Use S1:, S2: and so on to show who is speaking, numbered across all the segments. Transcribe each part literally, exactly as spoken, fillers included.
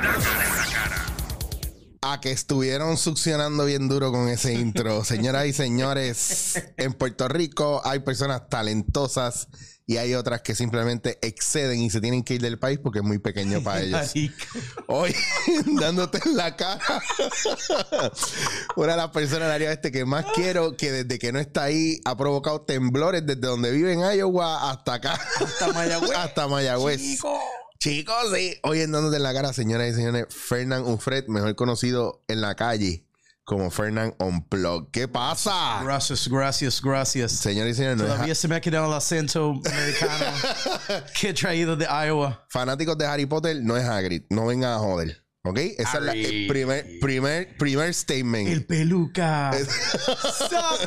S1: A que estuvieron succionando bien duro con ese intro. Señoras y señores, en Puerto Rico hay personas talentosas y hay otras que simplemente exceden y se tienen que ir del país porque es muy pequeño para ellos. Hoy, dándote en la cara, una de las personas del área oeste que más quiero, que desde que no está ahí ha provocado temblores desde donde vive en Iowa hasta acá. Hasta Mayagüez. Hasta Mayagüez. Chico. Chicos, sí. Hoy en Dándote en la Cara, señoras y señores, Fernan Unfred, mejor conocido en la calle como Fernan Unplugged. ¿Qué pasa?
S2: Gracias, gracias, gracias.
S1: Señores y señores, no
S2: Todavía se me ha quedado el acento americano que he traído de Iowa.
S1: Fanáticos de Harry Potter, no es Hagrid. No vengan a joder. ¿Ok? Ese es la, el primer, primer, primer statement.
S2: El peluca. ¡Stop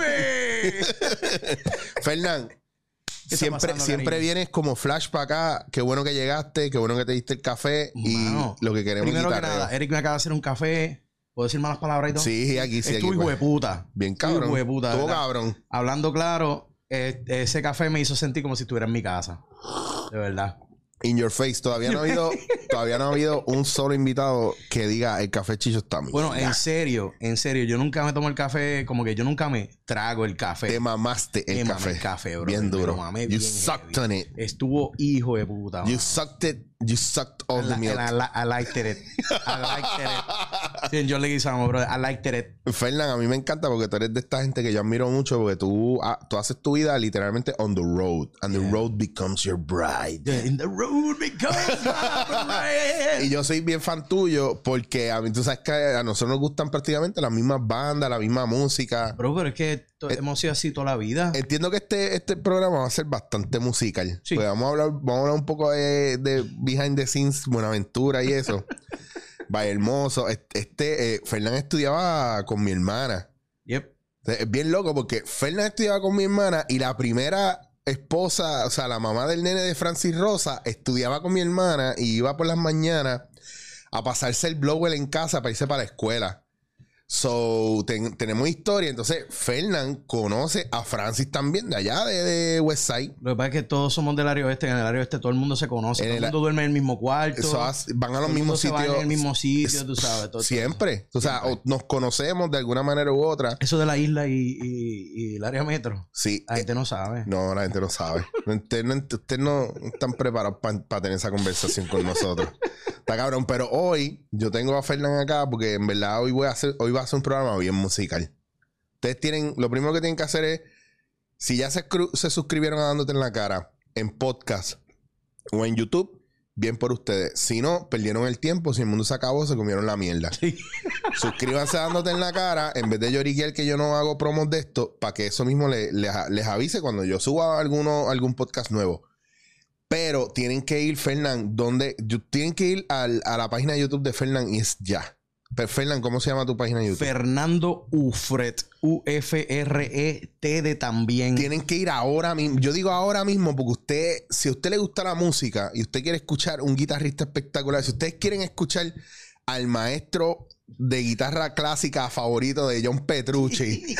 S2: it!
S1: Fernan. Siempre, siempre vienes como flash para acá. Qué bueno que llegaste, qué bueno que te diste el café y Mano, lo que queremos
S2: primero que nada, Eric me acaba de hacer un café. ¿Puedo decir malas palabras y todo?
S1: Sí, aquí sí.
S2: Estuvo hijo de puta.
S1: Bien cabrón.
S2: Hijo de puta.
S1: Estuvo cabrón.
S2: Hablando claro, eh, ese café me hizo sentir como si estuviera en mi casa. De verdad.
S1: In your face. Todavía no ha habido, todavía no ha habido un solo invitado que diga el café Chicho está muy
S2: Bueno, en serio, en serio, yo nunca me tomo el café, como que yo nunca me trago el café.
S1: Te mamaste el
S2: Te
S1: café.
S2: el café, bro.
S1: Bien duro.
S2: Mamé
S1: you
S2: bien
S1: sucked
S2: heavy.
S1: on it.
S2: Estuvo hijo de puta.
S1: You man. sucked it. You sucked all
S2: I,
S1: the milk.
S2: I, I, I liked it. I liked it. Sí, yo le guisamos, bro. I liked it.
S1: Fernan, a mí me encanta porque tú eres de esta gente que yo admiro mucho porque tú, ah, tú haces tu vida literalmente on the road. And yeah. the road becomes your bride.
S2: Yeah, and the road becomes my bride.
S1: Y yo soy bien fan tuyo porque a mí tú sabes que a nosotros nos gustan prácticamente las mismas bandas, la misma música.
S2: Bro, pero es que eh, hemos sido así toda la vida.
S1: Entiendo que este, este programa va a ser bastante musical.
S2: Sí.
S1: Pues vamos a hablar, vamos a hablar un poco de, de behind the scenes, Buenaventura y eso. Vaya hermoso. Este, eh, Fernan estudiaba con mi hermana.
S2: Yep.
S1: Es bien loco porque Fernan estudiaba con mi hermana y la primera esposa, o sea, la mamá del nene de Francis Rosa, estudiaba con mi hermana y iba por las mañanas a pasarse el blower en casa para irse para la escuela. So, ten, tenemos historia. Entonces, Fernan conoce a Francis también, de allá, de, de Westside.
S2: Lo que pasa es que todos somos del área oeste. En el área oeste todo el mundo se conoce. En todo el mundo duerme en el mismo cuarto.
S1: Eso hace, van a los mismos sitios.
S2: Van en el mismo sitio, tú sabes. Todo,
S1: siempre.
S2: todo.
S1: O sea, o nos conocemos de alguna manera u otra.
S2: Eso de la isla y, y, y el área metro.
S1: Sí.
S2: La gente eh, no sabe.
S1: No, la gente no sabe. Ustedes no, usted no están preparados para pa tener esa conversación con nosotros. Está cabrón. Pero hoy yo tengo a Fernan acá porque en verdad hoy voy a hacer, hoy va a ser un programa bien musical. Ustedes tienen, lo primero que tienen que hacer es, si ya se, se suscribieron a Dándote en la Cara en podcast o en YouTube, bien por ustedes. Si no, perdieron el tiempo. Si el mundo se acabó, se comieron la mierda. Sí. Suscríbanse a Dándote en la Cara en vez de lloriquear que yo no hago promos de esto, para que eso mismo les, les, les avise cuando yo suba alguno, algún podcast nuevo. Pero tienen que ir, Fernan, donde tienen que ir al, a la página de YouTube de Fernan y es ya. Pero, Fernan, ¿cómo se llama tu página de YouTube?
S2: Fernando Ufred. U F R E T de también.
S1: Tienen que ir ahora mismo. Yo digo ahora mismo porque usted, si a usted le gusta la música y usted quiere escuchar un guitarrista espectacular, si ustedes quieren escuchar al maestro de guitarra clásica favorito de John Petrucci.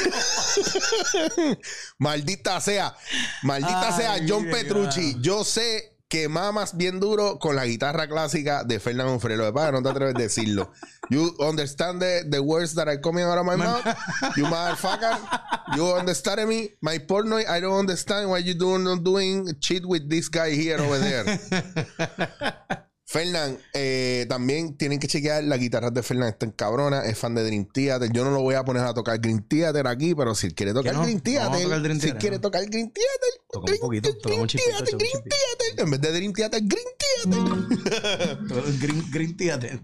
S1: Maldita sea. Maldita Ay, sea John Petrucci. God. Yo sé que mamas bien duro con la guitarra clásica de Fernan Unfred. Lo de padre, no te atreves a decirlo. You understand the, the words that are coming out of my mouth? You motherfucker. You understand me? My porno, I don't understand why you doing, doing shit with this guy here over there. Fernan, eh, también tienen que chequear las guitarras de Fernan. Están cabronas. Es fan de Dream Theater. Yo no lo voy a poner a tocar Dream Theater aquí, pero si él quiere tocar
S2: no?
S1: Dream Theater,
S2: no, Dream
S1: si
S2: Theater,
S1: quiere
S2: no.
S1: tocar Dream Theater,
S2: toca un poquito, toca un chipito,
S1: Theater, Dream Theater. En vez de Dream Theater, Dream Theater.
S2: Green, Green Theater.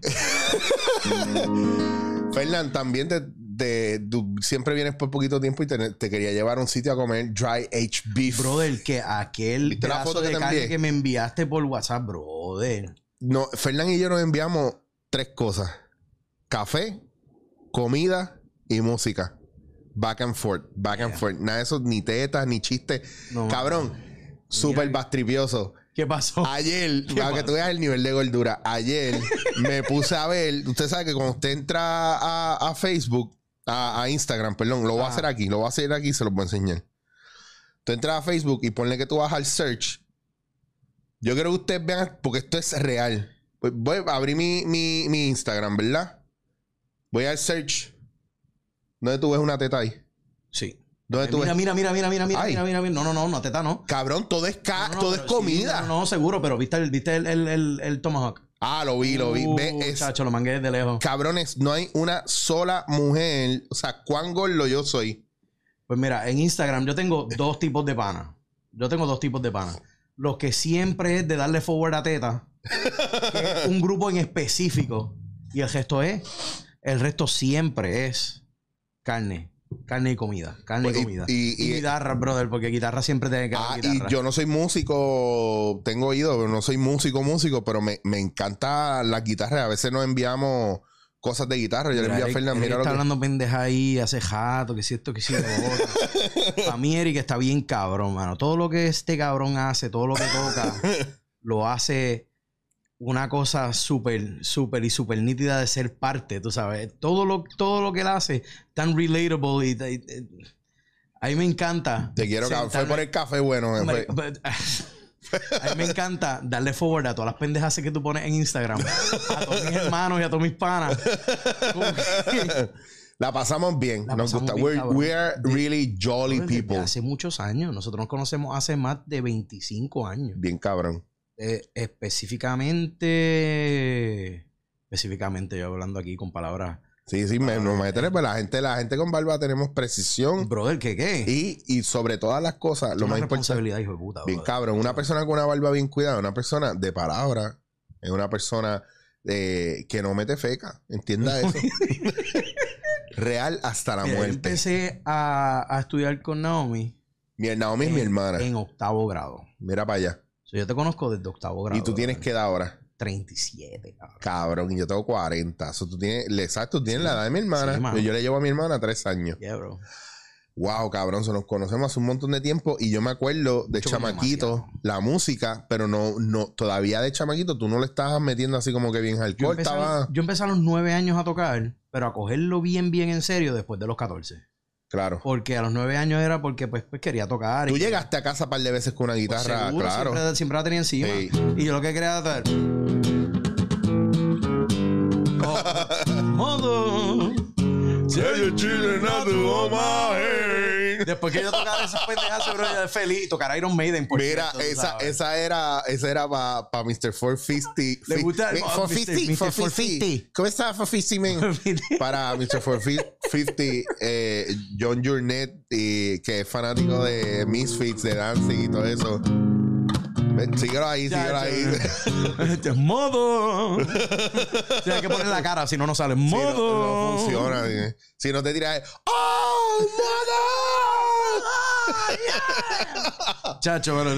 S1: Fernan, también te, te, tú siempre vienes por poquito tiempo y te, te quería llevar a un sitio a comer dry aged beef.
S2: Brother, que aquel pedazo de carne que me enviaste por WhatsApp, brother.
S1: No, Fernan y yo nos enviamos tres cosas: café, comida y música. Back and forth, back yeah. and forth. Nada de eso, ni tetas, ni chistes. No, Cabrón, súper bastripioso.
S2: ¿Qué pasó?
S1: Ayer,
S2: ¿Qué
S1: para
S2: pasó?
S1: que tú veas el nivel de gordura, ayer me puse a ver. Usted sabe que cuando usted entra a, a Facebook, a, a Instagram, perdón, lo voy ah. a hacer aquí, lo voy a hacer aquí y se lo voy a enseñar. Tú entras a Facebook y ponle que tú vas al search. Yo quiero que ustedes vean, porque esto es real. Pues voy a abrir mi, mi, mi Instagram, ¿verdad? Voy al search. ¿Dónde tú ves una teta ahí?
S2: Sí.
S1: ¿Dónde tú
S2: Mira,
S1: ves?
S2: mira, mira, mira, mira, mira,
S1: Ay.
S2: mira, mira, mira. No, no, no, no, teta no.
S1: Cabrón, todo es, ca
S2: No, no,
S1: todo es
S2: pero sí,
S1: comida.
S2: no, no, seguro, pero viste el, viste el, el, el, el Tomahawk.
S1: Ah, lo vi, lo vi.
S2: Uh,
S1: Ve, es,
S2: chacho, lo mangué desde lejos.
S1: cabrones, no hay una sola mujer. O sea, cuán gordo yo soy.
S2: Pues mira, en Instagram yo tengo dos tipos de panas. Yo tengo dos tipos de panas. Los que siempre es de darle forward a teta, que es un grupo en específico. Y el resto es, el resto siempre es carne. Carne y comida. Carne y,
S1: Y-
S2: comida.
S1: y-
S2: Y,
S1: y-
S2: guitarra, brother, porque guitarra siempre tiene que
S1: Ah,
S2: haber
S1: y
S2: guitarra.
S1: yo no soy músico, tengo oído, pero no soy músico, músico, pero me, me encanta las guitarras. A veces nos enviamos cosas de guitarra. Yo le
S2: Mira,
S1: envío a
S2: Eric-
S1: Fernan,
S2: Eric
S1: mira lo
S2: está
S1: que...
S2: hablando pendeja ahí hace jato, que si esto, que si lo otro. Para mí, Eric está bien cabrón, mano. Todo lo que este cabrón hace, todo lo que toca, lo hace una cosa súper, súper y súper nítida de ser parte, tú sabes. Todo lo, todo lo que él hace, tan relatable y... y- y- a mí me encanta.
S1: Te quiero, cabrón. Fue
S2: sentarme-
S1: por el café bueno. eh,
S2: Hombre,
S1: fue-
S2: but- a mí me encanta darle forward a todas las pendejas que tú pones en Instagram. A todos mis hermanos y a todos mis panas. Como que-
S1: La pasamos bien.
S2: La
S1: Nos
S2: pasamos
S1: gusta.
S2: bien,
S1: We're,
S2: cabrón.
S1: we are
S2: De-
S1: really jolly
S2: Desde
S1: people.
S2: hace muchos años. Nosotros nos conocemos hace más de veinticinco años.
S1: Bien cabrón.
S2: Eh, específicamente... Específicamente, yo hablando aquí con palabras...
S1: Sí, sí, me, no me tenés, pero la gente, la gente con barba tenemos precisión
S2: Brother, ¿qué qué?
S1: y, y sobre todas las cosas, lo
S2: Una
S1: más importante.
S2: responsabilidad, hijo de puta.
S1: Bien
S2: brother.
S1: cabrón. Una persona con una barba bien cuidada, una persona de palabra, es una persona eh, que no mete feca. Entienda eso. Real hasta la
S2: Mira, yo
S1: muerte.
S2: empecé a, a estudiar con Naomi
S1: Mi Naomi es mi
S2: en-
S1: hermana.
S2: en octavo grado.
S1: Mira para allá.
S2: So, yo te conozco desde octavo grado.
S1: Y tú tienes
S2: brother.
S1: que edad ahora.
S2: treinta y siete, cabrón.
S1: Cabrón, y yo tengo cuarenta. So, tú tienes, le- exacto, tú tienes la edad de mi hermana.
S2: Sí, mano.
S1: yo, yo le llevo a mi hermana tres años.
S2: Yeah, bro.
S1: Wow, cabrón, se nos conocemos hace un montón de tiempo y yo me acuerdo de
S2: Mucho
S1: chamaquito,
S2: demasiado.
S1: la música, pero no, no, todavía de chamaquito tú no le estabas metiendo así como que bien
S2: Yo
S1: alcohol.
S2: empecé, a,
S1: Estaba,
S2: yo empecé a los nueve años a tocar, pero a cogerlo bien, bien en serio después de los catorce.
S1: claro.
S2: Porque a los nueve años era porque pues, pues quería tocar.
S1: Tú
S2: y-
S1: llegaste a casa un par de veces con una
S2: pues,
S1: guitarra,
S2: seguro,
S1: claro.
S2: Siempre, siempre la tenía encima.
S1: Ey.
S2: Y yo lo que quería era... Oh, modo. Después que yo tocara esas pendejas, bro, yo feliz. Tocar Iron Maiden, por
S1: Mira,
S2: cierto, tú
S1: esa,
S2: sabes.
S1: esa era, esa era para pa mister cuatrocientos cincuenta.
S2: Le gusta el-
S1: Mi-
S2: oh,
S1: cuatrocientos cincuenta,
S2: mister
S1: cuatrocientos cincuenta. ¿Cómo está cuatrocientos cincuenta, man? Para mister cuatrocientos cincuenta, eh, John Jurnett, y, que es fanático de Misfits, de Dancing y todo eso. Ven, síguelo ahí, síguelo ahí.
S2: Este es modo. Tienes que poner la cara, si no, no sale.
S1: Sí, no-
S2: Modo.
S1: no, funciona. eh. Si no te tiras, ¡oh, modo!
S2: Chacho, pero...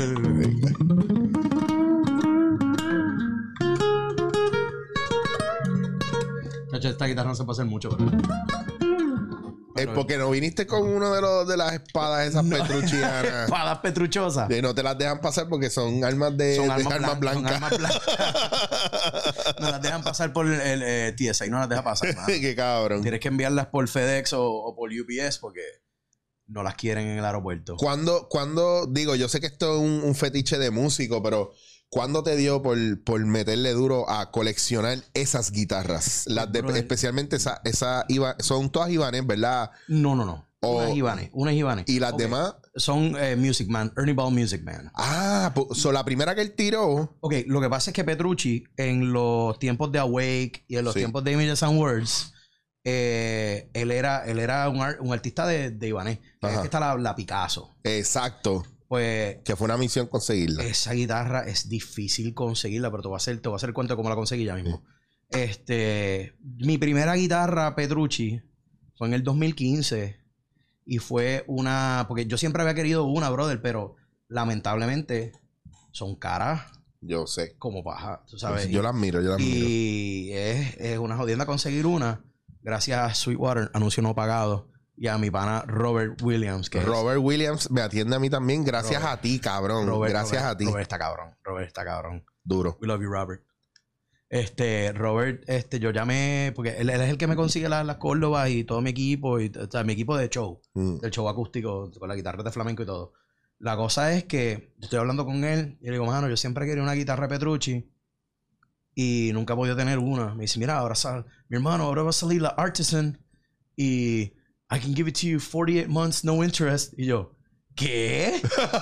S2: Chacho, esta guitarra no se puede hacer mucho, ¿verdad?
S1: Es porque no viniste con uno de los de las espadas esas petruchianas.
S2: Espadas petruchosas.
S1: Que no te las dejan pasar porque son armas de,
S2: Son
S1: de
S2: armas,
S1: armas
S2: blancas.
S1: blancas.
S2: Son armas blancas. No las dejan pasar por el, el, eh, T S A y no las deja pasar. mano.
S1: Qué cabrón.
S2: Tienes que enviarlas por FedEx o, o por U P S porque no las quieren en el aeropuerto.
S1: ¿Cuándo, cuándo, digo, yo sé que esto es un, un fetiche de músico, pero ¿cuándo te dio por, por meterle duro a coleccionar esas guitarras? Las de,
S2: Brother.
S1: especialmente esa, esa Iba- son todas Ibanez, ¿verdad?
S2: No, no, no.
S1: O-
S2: Una es Ibanez. Una es Ibanez.
S1: Y las
S2: Ok.
S1: demás.
S2: Son eh, Music Man. Ernie Ball Music Man.
S1: Ah, pues, so la primera que él tiró.
S2: Ok, lo que pasa es que Petrucci, en los tiempos de Awake y en los
S1: Sí.
S2: tiempos de Images and Words, eh, él era, él era un, ar- un artista de, de Ibanez. Que es
S1: Ajá.
S2: que está la, la Picasso.
S1: Exacto.
S2: Pues
S1: Que fue una misión conseguirla.
S2: esa guitarra es difícil conseguirla, pero te voy a hacer, te voy a hacer el cuento de cómo la conseguí ya mismo. Este, mi primera guitarra Petrucci fue en el dos mil quince y fue una, porque yo siempre había querido una, brother, pero lamentablemente son caras
S1: Yo sé.
S2: como paja, tú sabes.
S1: Yo las miro, yo las miro.
S2: Y es, es una jodienda conseguir una. Gracias a Sweetwater, anuncio no pagado. Y a mi pana Robert Williams. Que
S1: Robert Williams me atiende a mí también. Gracias
S2: Robert.
S1: a ti, cabrón.
S2: es, Robert,
S1: Gracias
S2: Robert-
S1: a ti.
S2: Robert está cabrón. Robert está cabrón.
S1: Duro.
S2: We love you, Robert. Este, Robert, este, yo llamé, porque él, él es el que me consigue las, las Córdobas y todo mi equipo, y, o sea, mi equipo de show,
S1: Mm.
S2: del show acústico, con la guitarra de flamenco y todo. La cosa es que yo estoy hablando con él y le digo, mano, yo siempre quería una guitarra Petrucci. y nunca he podido tener una. Me dice, mira, ahora sal, mi hermano, ahora va a salir la Artisan y I can give it to you forty-eight months, no interest. Y yo, ¿qué?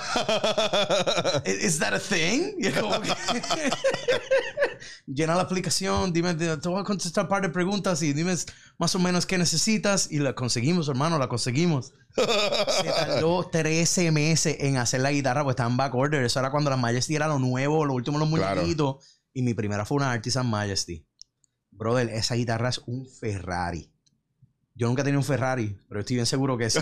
S2: ¿Is that a thing? Y como que llena la aplicación, dime, te voy a contestar un par de preguntas y dime más o menos qué necesitas. Y la conseguimos, hermano, la conseguimos. Se tardó trece meses en hacer la guitarra, pues estaba en back order. Eso era cuando la Majesty era lo nuevo, lo último, los muñequitos. Claro. Y mi primera fue una Artisan Majesty. Brother, esa guitarra es un Ferrari. Yo nunca he tenido un Ferrari, pero estoy bien seguro que sí.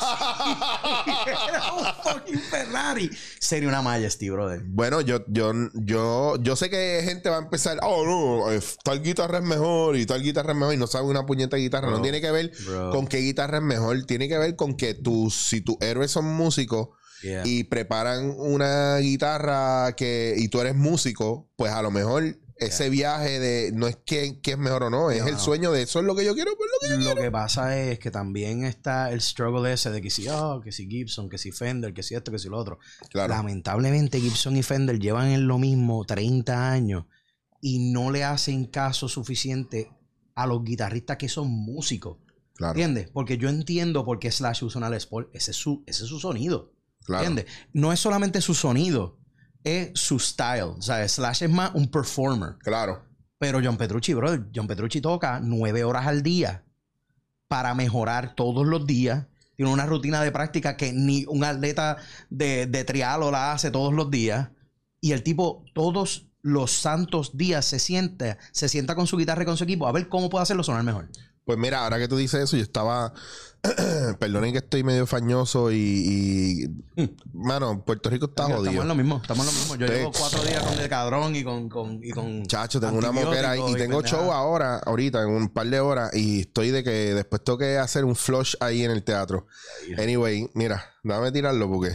S2: Era un fucking Ferrari. Sería una Majesty, brother.
S1: Bueno, yo, yo, yo, yo sé que gente va a empezar, oh, no, tal guitarra es mejor y tal guitarra es mejor y no sabe una puñeta de guitarra. Bro, no tiene que ver bro. con qué guitarra es mejor. Tiene que ver con que tus, si tus héroes son músicos yeah. y preparan una guitarra que, y tú eres músico, pues a lo mejor... Ese yeah. viaje de no es que, que es mejor o no, es no, el sueño de eso es lo que yo quiero, pues lo que yo
S2: Lo
S1: quiero.
S2: que pasa es que también está el struggle ese de que si, oh, que si Gibson, que si Fender, que si esto, que si lo otro. Claro. Lamentablemente Gibson y Fender llevan en lo mismo treinta años y no le hacen caso suficiente a los guitarristas que son músicos. Claro. ¿Entiendes? Porque yo entiendo por qué Slash usa una Les Paul. Ese es su, ese es su sonido. Claro. ¿Entiendes? No es solamente su sonido. Es su style. O sea, Slash es más un performer.
S1: Claro.
S2: Pero John Petrucci, brother, John Petrucci toca nueve horas al día para mejorar todos los días. Tiene una rutina de práctica que ni un atleta de, de trialo la hace todos los días. Y el tipo todos los santos días se sienta, se sienta con su guitarra y con su equipo a ver cómo puede hacerlo sonar mejor.
S1: Pues mira, ahora que tú dices eso, yo estaba... Perdonen que estoy medio fañoso y... y mm. Mano, Puerto Rico está jodido.
S2: Estamos en lo mismo, estamos en lo mismo. Yo Te... llevo cuatro días con Decadrón y con... con, y con
S1: Chacho, tengo una moquera ahí y, y tengo pendeja. show ahora, ahorita, en un par de horas y estoy de que después tengo que hacer un flush ahí en el teatro. Ahí. Anyway, mira, déjame tirarlo porque...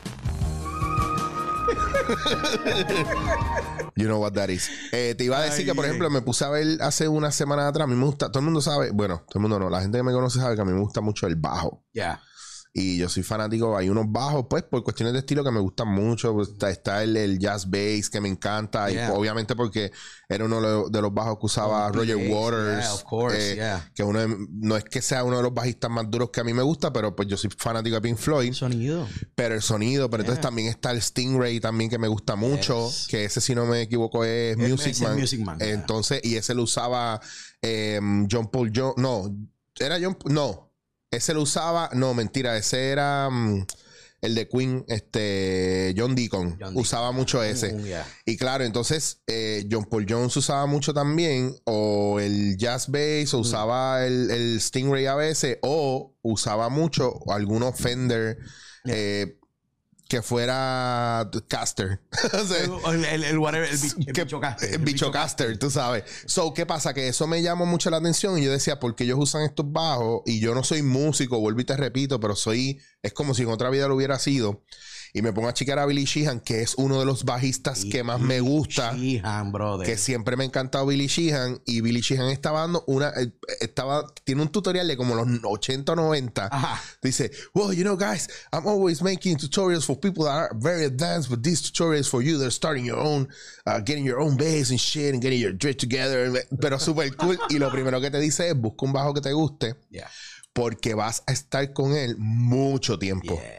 S1: You know what that is. Eh, te iba a decir Ay, que, por ejemplo, me puse a ver hace una semana atrás. A mí me gusta, todo el mundo sabe, bueno, todo el mundo no, la gente que me conoce sabe que a mí me gusta mucho el bajo.
S2: Ya. Yeah.
S1: Y yo soy fanático, hay unos bajos, pues, por cuestiones de estilo que me gustan mucho. Pues, está, está el, el jazz bass que me encanta. Yeah. Y pues, obviamente porque era uno de los, de los bajos que usaba oh, Roger bass. Waters. Yeah, of course, eh, yeah. Que uno de, no es que sea uno de los bajistas más duros que a mí me gusta, pero pues yo soy fanático de Pink Floyd.
S2: El sonido.
S1: Pero el sonido. Pero yeah. entonces también está el Stingray también que me gusta mucho. Yes. Que ese, si no me equivoco, es el, Music Man. Music Man. Yeah. Entonces, y ese lo usaba eh, John Paul Jones. No, era John... No. Ese lo usaba, no, mentira, ese era um, el de Queen, este, John Deacon, John usaba Deacon. mucho ese. Uh, yeah. Y claro, entonces eh, John Paul Jones usaba mucho también, o el jazz bass, o usaba mm. el, el Stingray a veces, o usaba mucho algunos Fender, yeah. eh, que fuera caster. O sea,
S2: el, el, el, whatever, el, el,
S1: que,
S2: bicho caster.
S1: El bicho caster, tú sabes. So, ¿qué pasa? Que eso me llamó mucho la atención y yo decía, ¿por qué ellos usan estos bajos? Y yo no soy músico, vuelvo y te repito, pero soy... Es como si en otra vida lo hubiera sido. Y me pongo a checar a Billy Sheehan, que es uno de los bajistas y, que más me gusta.
S2: Sheehan, brother.
S1: Que siempre me ha encantado Billy Sheehan. Y Billy Sheehan estaba dando una... Estaba... Tiene un tutorial de como los ochenta o noventa. Ajá. Dice, well, you know, guys, I'm always making tutorials for people that are very advanced, but these tutorials for you, they're starting your own, uh, getting your own bass and shit, and getting your drift together. Pero súper cool. Y lo primero que te dice es, busca un bajo que te guste. Yeah. Porque vas a estar con él mucho tiempo. Yeah.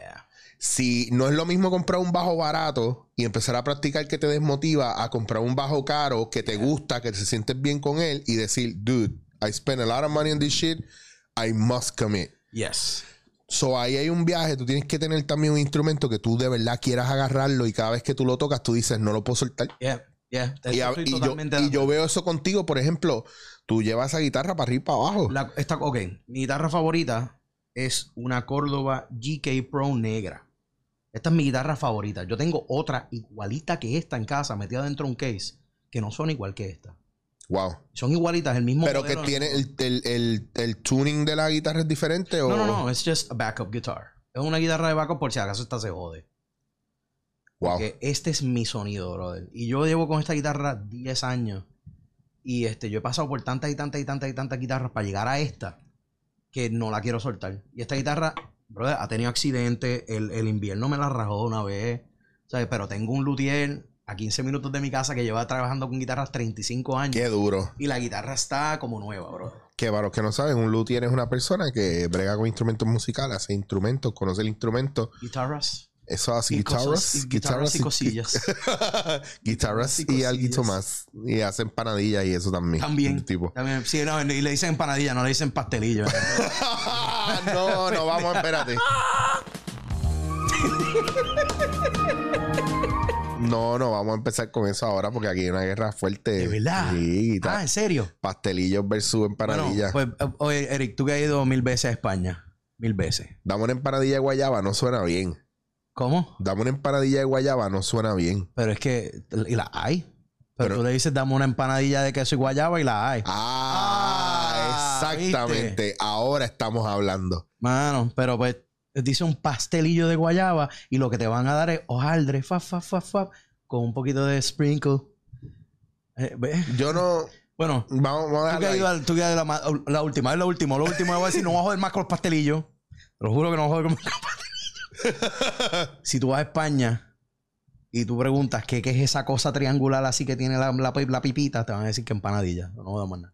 S1: Si no es lo mismo comprar un bajo barato y empezar a practicar que te desmotiva a comprar un bajo caro que te yeah. gusta, que te sientes bien con él y decir, dude, I spent a lot of money on this shit, I must commit.
S2: Yes.
S1: So ahí hay un viaje, tú tienes que tener también un instrumento que tú de verdad quieras agarrarlo y cada vez que tú lo tocas tú dices, no lo puedo soltar.
S2: Yeah, yeah.
S1: Y, a, y, yo, y yo veo eso contigo, por ejemplo, tú llevas esa guitarra para arriba y para abajo.
S2: La, esta, ok, mi guitarra favorita es una Córdoba G K Pro negra. Esta es mi guitarra favorita. Yo tengo otra igualita que esta en casa, metida dentro de un case, que no son igual que esta.
S1: Wow.
S2: Son igualitas, el mismo
S1: Pero
S2: modelo,
S1: que tiene el, el, el, el tuning de la guitarra es diferente o...
S2: No, no, no. Es just a backup guitar. Es una guitarra de backup por si acaso esta se jode. Wow. Porque este es mi sonido, brother. Y yo llevo con esta guitarra diez años. Y este, yo he pasado por tantas y tantas y tantas y tantas guitarras para llegar a esta que no la quiero soltar. Y esta guitarra, brother, ha tenido accidentes. El, el invierno me la rajó una vez. ¿Sabes? Pero tengo un luthier a quince minutos de mi casa que lleva trabajando con guitarras treinta y cinco años.
S1: Qué duro.
S2: Y la guitarra está como nueva, bro.
S1: Que para los que no saben, un luthier es una persona que brega con instrumentos musicales, hace instrumentos, conoce el instrumento.
S2: Guitarras.
S1: Eso hace
S2: Y
S1: guitarras,
S2: cosas- y guitarras y cosillas.
S1: guitarras
S2: y
S1: y
S2: cosillas.
S1: algo más. Y hace empanadillas y eso también.
S2: También.
S1: Tipo.
S2: También. Sí, no, y le dicen empanadilla, no le dicen pastelillo.
S1: no, no, vamos, espérate. No, no, vamos a empezar con eso ahora porque aquí hay una guerra fuerte.
S2: ¿De verdad?
S1: Sí, y tal.
S2: Ah, ¿en serio?
S1: Pastelillos versus empanadillas.
S2: Bueno, pues, oye, Eric, tú que has ido mil veces a España. Mil veces.
S1: Dame una empanadilla de guayaba, no suena bien.
S2: ¿Cómo?
S1: Dame una empanadilla de guayaba, no suena bien.
S2: Pero es que... Y la hay. Pero,
S1: Pero-
S2: tú le dices, dame una empanadilla de queso y guayaba y la hay.
S1: Ah,
S2: Ah,
S1: exactamente.
S2: ¿viste?
S1: Ahora estamos hablando.
S2: Mano, pero pues dice un pastelillo de guayaba y lo que te van a dar es hojaldre, fa, fa, fa, fa, con un poquito de sprinkle. Eh, ¿ves?
S1: Yo no...
S2: Bueno,
S1: Vamos, vamos a
S2: tú que has
S1: dejarlo
S2: ido
S1: ahí.
S2: al- tú que has ido a la, ma- la última, es lo último. Lo último, le voy a decir, no voy a joder más con los pastelillos. Te lo juro que no voy a joder con los pastelillos. Si tú vas a España y tú preguntas qué, qué es esa cosa triangular así que tiene la, la, la pipita, te van a decir que empanadilla. No voy a dar más nada.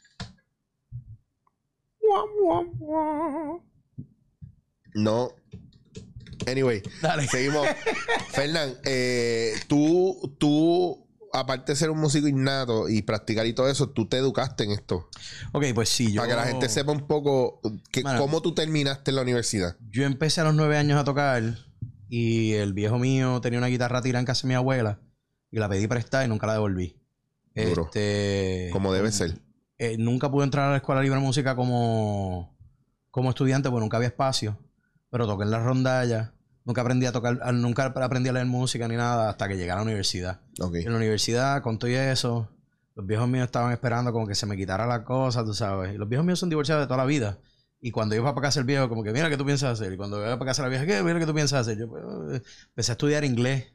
S1: No. Anyway,
S2: Dale.
S1: seguimos. Fernán, eh, tú, tú, aparte de ser un músico innato y practicar y todo eso, tú te educaste en esto.
S2: Ok, pues sí, yo...
S1: Para que la gente sepa un poco que,
S2: Mano.
S1: cómo tú terminaste en la universidad.
S2: Yo empecé a los nueve años a tocar y el viejo mío tenía una guitarra tirada en casa de mi abuela y la pedí prestada y nunca la devolví.
S1: Duro.
S2: Este,
S1: Como debe ser.
S2: eh, nunca pude entrar a la Escuela Libre de Música como, como estudiante porque nunca había espacio, pero toqué en las rondallas. Nunca aprendí a tocar, a- nunca aprendí a leer música ni nada hasta que llegué a la universidad.
S1: Ok.
S2: En la universidad, con todo y eso, los viejos míos estaban esperando como que se me quitara la cosa, tú sabes. Y los viejos míos son divorciados de toda la vida. Y cuando yo iba para casa el viejo, como que mira qué tú piensas hacer. Y cuando iba para casa la vieja, ¿qué? Mira qué tú piensas hacer. Yo pues, eh, empecé a estudiar inglés.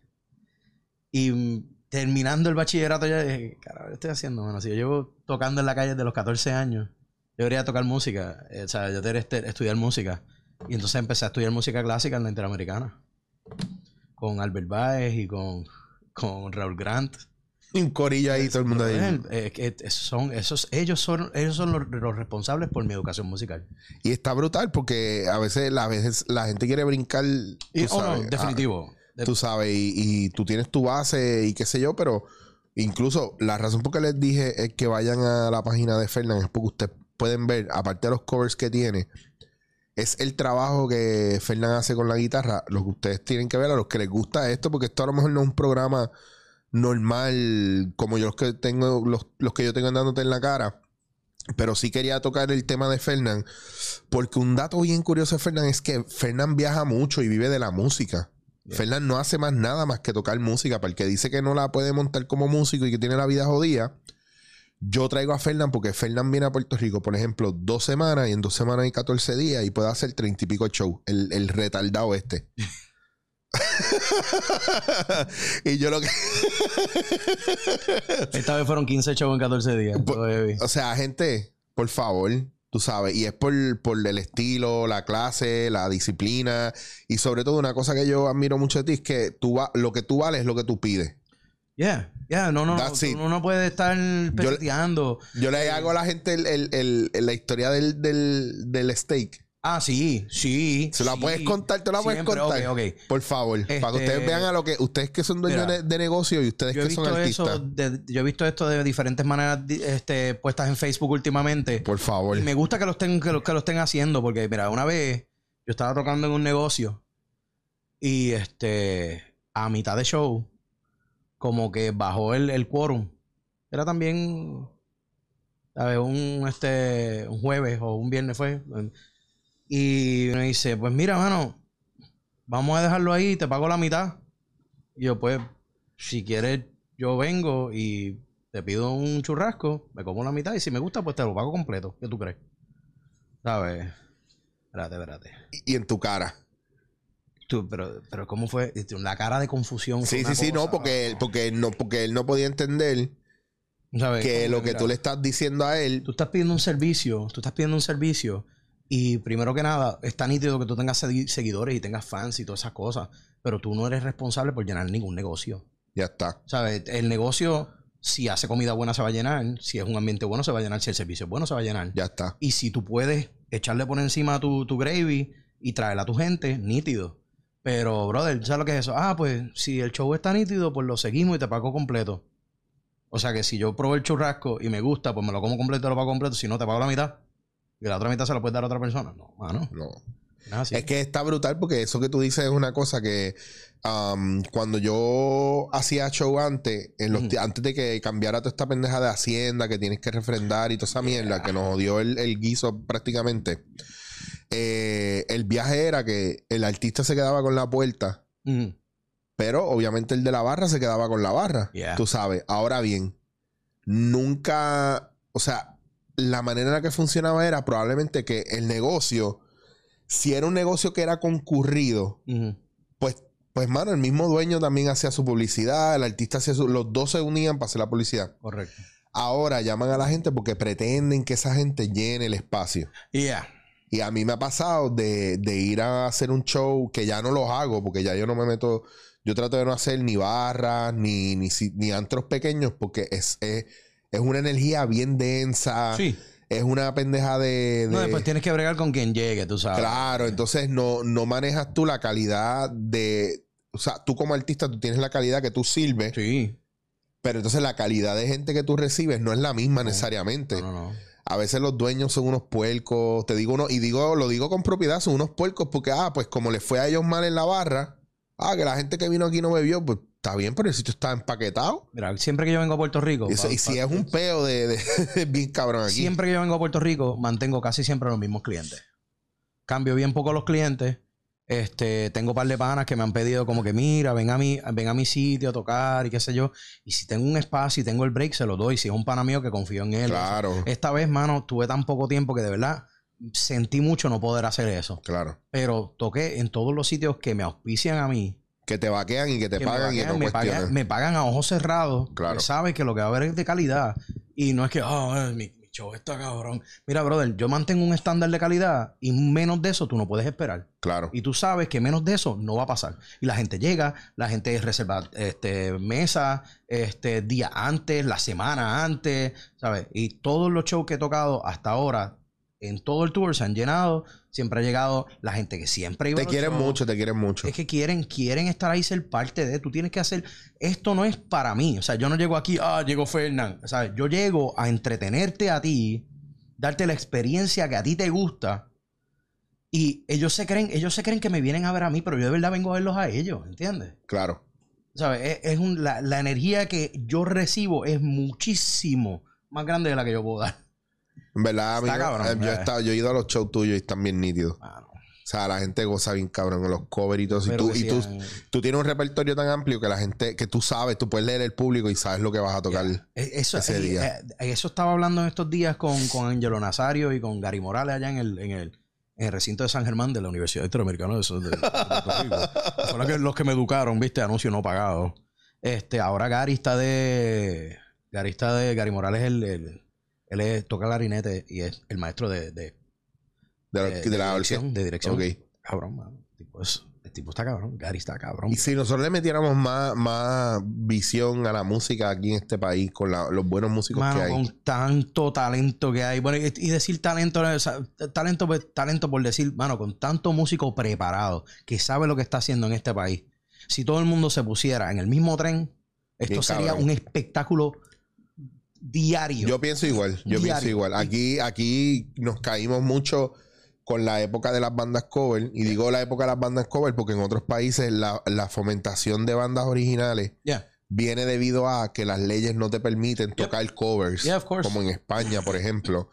S2: Y mm, terminando el bachillerato ya dije, carajo, ¿qué estoy haciendo, mano? Si yo llevo tocando en la calle desde los catorce años, yo debería tocar música. Eh, o sea, yo debería este- estudiar música. Y entonces empecé a estudiar música clásica en la Interamericana. Con Albert Baez y con, con Raúl Grant.
S1: Un corillo ahí, todo el mundo ahí.
S2: Eh, eh, que esos son, esos, ellos son, ellos son los, los responsables por mi educación musical.
S1: Y está brutal porque a veces, a veces la gente quiere brincar.
S2: Y,
S1: tú
S2: oh, no,
S1: sabes,
S2: definitivo.
S1: ah, tú sabes, y, y tú tienes tu base y qué sé yo, pero incluso la razón por que les dije es que vayan a la página de Fernán es porque ustedes pueden ver, aparte de los covers que tiene, es el trabajo que Fernán hace con la guitarra, lo que ustedes tienen que ver a los que les gusta esto, porque esto a lo mejor no es un programa normal como yo los que tengo, los, los que yo tengo andándote en la cara. Pero sí quería tocar el tema de Fernán, porque un dato bien curioso de Fernán es que Fernán viaja mucho y vive de la música.
S2: Yeah.
S1: Fernán no hace más nada más que tocar música. Para el que dice que no la puede montar como músico y que tiene la vida jodida, yo traigo a Fernán porque Fernán viene a Puerto Rico, por ejemplo, dos semanas y en dos semanas hay catorce días y puede hacer treinta y pico shows. El, el retardado este. Y yo lo que...
S2: Esta vez fueron quince shows en catorce días.
S1: Por-
S2: Todo heavy.
S1: O sea, gente, por favor, tú sabes. Y es por, por el estilo, la clase, la disciplina. Y sobre todo una cosa que yo admiro mucho de ti es que tú va, lo que tú vales es lo que tú pides.
S2: Yeah, yeah, no, no, no.
S1: That's it.
S2: Uno no puede estar peteando.
S1: Yo le hago a la gente el, el- el- el- la historia del, del, del steak.
S2: Ah, sí, sí.
S1: ¿Se la
S2: sí.
S1: puedes contar? ¿Te la puedes
S2: Siempre,
S1: contar?
S2: ok, ok.
S1: Por favor. Para que
S2: Este,
S1: ustedes vean a lo que... Ustedes que son dueños
S2: mira,
S1: de, de negocio y ustedes
S2: Yo he
S1: que son
S2: visto
S1: artistas.
S2: eso, de- yo he visto esto de diferentes maneras di- este, puestas en Facebook últimamente.
S1: Por favor.
S2: Y me gusta que lo estén, que lo, que lo estén haciendo, porque mira, una vez yo estaba tocando en un negocio y este a mitad de show, como que bajó el, el quórum. Era también, ¿sabes? Un este un jueves o un viernes fue. Y me dice, pues mira, mano, vamos a dejarlo ahí, te pago la mitad. Y yo, pues, si quieres, yo vengo y te pido un churrasco, me como la mitad y si me gusta, pues te lo pago completo. ¿Qué tú crees? ¿Sabes? Espérate, espérate.
S1: Y, y en tu cara.
S2: Tú, pero, pero ¿cómo fue? La cara de confusión.
S1: Sí,
S2: fue
S1: sí,
S2: una
S1: sí. No,
S2: cosa,
S1: porque él, porque, él no, porque él no podía entender
S2: ¿sabes?
S1: que
S2: Como
S1: lo que
S2: mira,
S1: tú le estás diciendo a él...
S2: tú estás pidiendo un servicio, tú estás pidiendo un servicio y primero que nada, está nítido que tú tengas segui- seguidores y tengas fans y todas esas cosas, pero tú no eres responsable por llenar ningún negocio.
S1: Ya está.
S2: ¿Sabes? El negocio, si hace comida buena, se va a llenar. Si es un ambiente bueno, se va a llenar. Si el servicio es bueno, se va a llenar.
S1: Ya está.
S2: Y si tú puedes echarle por encima tu, tu gravy y traerla a tu gente, nítido. Pero, brother, ¿sabes lo que es eso? Ah, pues, si el show está nítido, pues lo seguimos y te pago completo. O sea que si yo pruebo el churrasco y me gusta, pues me lo como completo y lo pago completo. Si no, te pago la mitad. Y la otra mitad se la puedes dar a otra persona. No, mano.
S1: No.
S2: Ah, sí.
S1: Es que está brutal porque eso que tú dices es una cosa que um, cuando yo hacía show antes, en los,
S2: Ujú.
S1: antes de que cambiara toda esta pendeja de Hacienda, que tienes que refrendar y toda esa
S2: Yeah.
S1: mierda que nos odió el, el guiso prácticamente, eh, el viaje era que el artista se quedaba con la puerta,
S2: Ujú.
S1: pero obviamente el de la barra se quedaba con la barra.
S2: Yeah.
S1: Tú sabes. Ahora bien, nunca, o sea, la manera en la que funcionaba era probablemente que el negocio, si era un negocio que era concurrido,
S2: Ujú.
S1: pues, pues, mano, el mismo dueño también hacía su publicidad, el artista hacía su... Los dos se unían para hacer la publicidad.
S2: Correcto.
S1: Ahora llaman a la gente porque pretenden que esa gente llene el espacio.
S2: Yeah.
S1: Y a mí me ha pasado de, de ir a hacer un show que ya no los hago porque ya yo no me meto... Yo trato de no hacer ni barras, ni, ni, si- ni antros pequeños porque es, es, es una energía bien densa.
S2: Sí.
S1: Es una pendeja de... de-
S2: No, después tienes que bregar con quien llegue, tú sabes.
S1: Claro, entonces no, no manejas tú la calidad de... O sea, tú como artista, tú tienes la calidad que tú sirves,
S2: Sí.
S1: pero entonces la calidad de gente que tú recibes no es la misma
S2: No.
S1: necesariamente.
S2: No, no, no.
S1: A veces los dueños son unos puercos, te digo uno, y digo, lo digo con propiedad, son unos puercos porque, ah, pues como les fue a ellos mal en la barra, ah, que la gente que vino aquí no bebió, pues está bien, pero el sitio está empaquetado.
S2: Mira, siempre que yo vengo a Puerto Rico...
S1: Y,
S2: pa-
S1: si- y si
S2: pa-
S1: es un peo de, de- de bien cabrón aquí.
S2: Siempre que yo vengo a Puerto Rico, mantengo casi siempre los mismos clientes. Cambio bien poco los clientes. Este, tengo un par de panas que me han pedido como que mira, ven a mi, ven a mi sitio a tocar y qué sé yo. Y si tengo un espacio y tengo el break, se lo doy. Si es un pana mío que confío en él.
S1: Claro,
S2: Esta vez, mano, tuve tan poco tiempo que de verdad sentí mucho no poder hacer eso.
S1: claro.
S2: Pero toqué en todos los sitios que me auspician a mí.
S1: Que te vaquean y que te
S2: que me
S1: pagan y
S2: vaquean,
S1: no
S2: me,
S1: cuestionan.
S2: pagan, me pagan a ojos cerrados.
S1: Claro.
S2: Que saben que lo que va a haber es de calidad. Y no es que, oh, eh, mi, mi show está cabrón. Mira, brother, yo mantengo un estándar de calidad y menos de eso tú no puedes esperar.
S1: Claro.
S2: Y tú sabes que menos de eso no va a pasar. Y la gente llega, la gente reserva este, mesa, este, día antes, la semana antes, ¿sabes? Y todos los shows que he tocado hasta ahora, en todo el tour, se han llenado. Siempre ha llegado la gente que siempre iba
S1: Te
S2: a los
S1: quieren
S2: shows.
S1: mucho, te quieren mucho.
S2: Es que quieren, quieren estar ahí, ser parte de. Tú tienes que hacer. Esto no es para mí. O sea, yo no llego aquí, ah, llegó Fernán. ¿Sabes? Yo llego a entretenerte a ti, darte la experiencia que a ti te gusta. Y ellos se creen, ellos se creen que me vienen a ver a mí, pero yo de verdad vengo a verlos a ellos, ¿entiendes?
S1: Claro.
S2: ¿Sabes? Es, es un, la, la energía que yo recibo es muchísimo más grande de la que yo puedo dar.
S1: En verdad,
S2: Está
S1: amigo,
S2: cabrón,
S1: eh, yo, he
S2: eh.
S1: estado, yo he ido a los shows tuyos y están bien nítidos.
S2: Mano,
S1: O sea, la gente goza bien cabrón en los covers y todo eso. Y,
S2: pero
S1: tú, y tú,
S2: decían-
S1: tú tienes un repertorio tan amplio que la gente, que tú sabes, tú puedes leer el público y sabes lo que vas a tocar.
S2: Yeah. Eh, Eso,
S1: ese
S2: eh,
S1: día.
S2: eh, eso estaba hablando en estos días con, con Angelo Nazario y con Gary Morales allá en el, en el, en el recinto de San Germán de la Universidad Interamericana de, de, de Puerto Rico. Fueron que- los que me educaron, viste, anuncio no pagado. Este, ahora Gary está de. Gary está de. Gary Morales es el, el- él es- toca clarinete y es el maestro de, de,
S1: De, la-
S2: de-
S1: de
S2: de
S1: la
S2: dirección.
S1: orquesta.
S2: De dirección.
S1: Ok.
S2: Cabrón, mano. El tipo, es- el tipo está cabrón. Gary está cabrón.
S1: Y si nosotros le metiéramos más, más visión a la música aquí en este país, con la- los buenos músicos
S2: Mano,
S1: que hay.
S2: con tanto talento que hay. Bueno, y, y decir talento, o sea, talento, pues, talento por decir, mano, con tanto músico preparado que sabe lo que está haciendo en este país. Si todo el mundo se pusiera en el mismo tren, esto
S1: Bien
S2: sería
S1: cabrón.
S2: un espectáculo diario.
S1: Yo pienso igual, yo
S2: Diario.
S1: pienso igual. Aquí, aquí nos caímos mucho con la época de las bandas cover. Y digo la época de las bandas cover porque en otros países la, la fomentación de bandas originales
S2: Yeah.
S1: viene debido a que las leyes no te permiten tocar covers.
S2: Yeah, of course.
S1: Como en España, por ejemplo.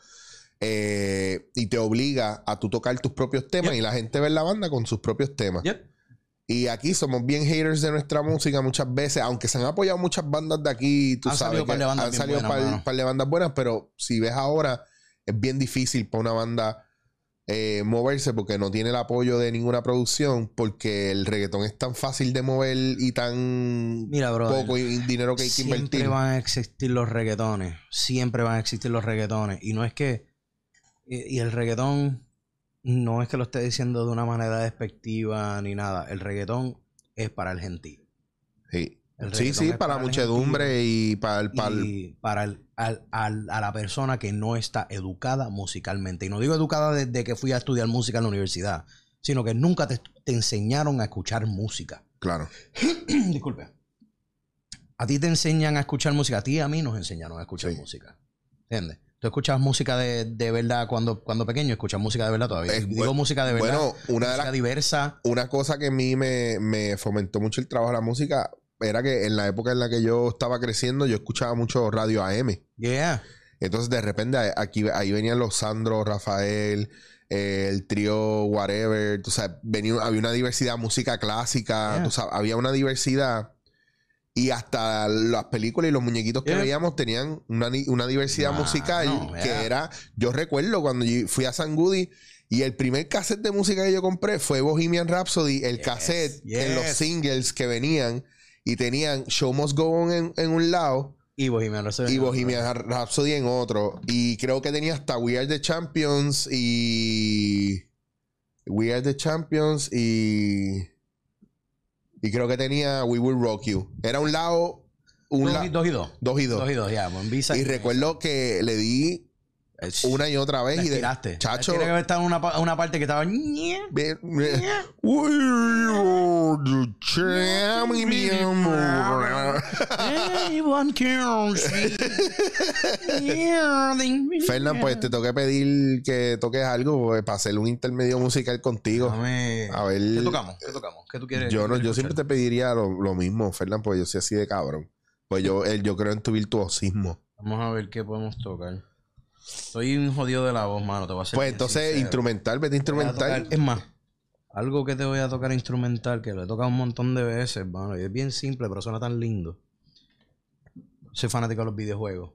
S1: Eh, y te obliga a tú tocar tus propios temas
S2: Yep.
S1: y la gente ve la banda con sus propios temas.
S2: Yep.
S1: Y aquí somos bien haters de nuestra música muchas veces, aunque se han apoyado muchas bandas de aquí, tú
S2: Han
S1: sabes
S2: salido
S1: que
S2: par de bandas
S1: han
S2: bien
S1: salido
S2: buenas,
S1: par,
S2: mano.
S1: par de bandas buenas, pero si ves ahora, es bien difícil para una banda eh, moverse porque no tiene el apoyo de ninguna producción, porque el reggaetón es tan fácil de mover y tan
S2: Mira, brother,
S1: poco y- dinero que hay que
S2: siempre
S1: invertir.
S2: van a existir los reggaetones. Siempre van a existir los reggaetones. Y no es que... Y, y el reggaetón no es que lo esté diciendo de una manera despectiva ni nada. El reggaetón es para el gentío.
S1: Sí.
S2: El
S1: Sí, sí,
S2: es
S1: para la
S2: el
S1: muchedumbre y para el... Para el...
S2: y para el- al- al- a la persona que no está educada musicalmente. Y no digo educada desde que fui a estudiar música en la universidad, sino que nunca te, te enseñaron a escuchar música.
S1: Claro.
S2: Disculpe. A ti te enseñan a escuchar música. A ti y a mí nos enseñaron a escuchar
S1: Sí.
S2: música. ¿Entiendes? Tú escuchas música de, de verdad cuando, cuando pequeño, escuchas música de verdad todavía.
S1: Es
S2: Digo
S1: bu-
S2: música de verdad.
S1: Bueno, una de
S2: música
S1: las...
S2: diversa.
S1: Una cosa que a mí me, me fomentó mucho el trabajo de la música era que en la época en la que yo estaba creciendo, yo escuchaba mucho radio A M.
S2: Yeah.
S1: Entonces, de repente, aquí, ahí venían los Sandro, Rafael, eh, el trío, whatever. Tú sabes, venía, había una diversidad de música clásica.
S2: Yeah.
S1: Tú sabes, había una diversidad. Y hasta las películas y los muñequitos que
S2: Yeah.
S1: veíamos tenían una, ni- una diversidad
S2: Nah,
S1: musical
S2: no,
S1: que
S2: yeah.
S1: era... Yo recuerdo cuando yo fui a San Goody y el primer cassette de música que yo compré fue Bohemian Rhapsody, el
S2: Yes,
S1: cassette
S2: yes.
S1: en los singles que venían y tenían Show Must Go On en, en un lado
S2: Y Bohemian Rhapsody.
S1: y Bohemian Rhapsody en otro. Y creo que tenía hasta We Are the Champions y... We Are the Champions y... Y creo que tenía We Will Rock You. Era un lado... Un
S2: Dos,
S1: la-
S2: y, dos y dos.
S1: dos y dos.
S2: Dos y dos, ya. Buen visa.
S1: Y recuerdo que le di una y otra vez.
S2: Te
S1: Y de,
S2: tiraste.
S1: chacho.
S2: Tiene que haber estado en una, pa- una parte que estaba.
S1: Ve- ve- We are the champions.
S2: Everyone cares.
S1: Fernan, pues te tengo que pedir que toques algo pues, para hacer un intermedio musical contigo.
S2: Dame-
S1: A ver.
S2: ¿Qué tocamos? ¿Qué tocamos? ¿Qué tú quieres?
S1: Yo
S2: qué
S1: no,
S2: quieres
S1: yo
S2: escuchar?
S1: siempre te pediría lo, lo mismo, Fernan, porque yo soy así de cabrón. Pues yo, el, yo creo en tu virtuosismo.
S2: Vamos a ver qué podemos tocar. Estoy un jodido de la voz, mano. Te voy a hacer
S1: Pues
S2: bien
S1: entonces,
S2: sincero.
S1: instrumental, vete
S2: Te voy a
S1: instrumental.
S2: tocar- Es más, algo que te voy a tocar instrumental, que lo he tocado un montón de veces, mano. Y es bien simple, pero suena tan lindo. Soy fanático de los videojuegos.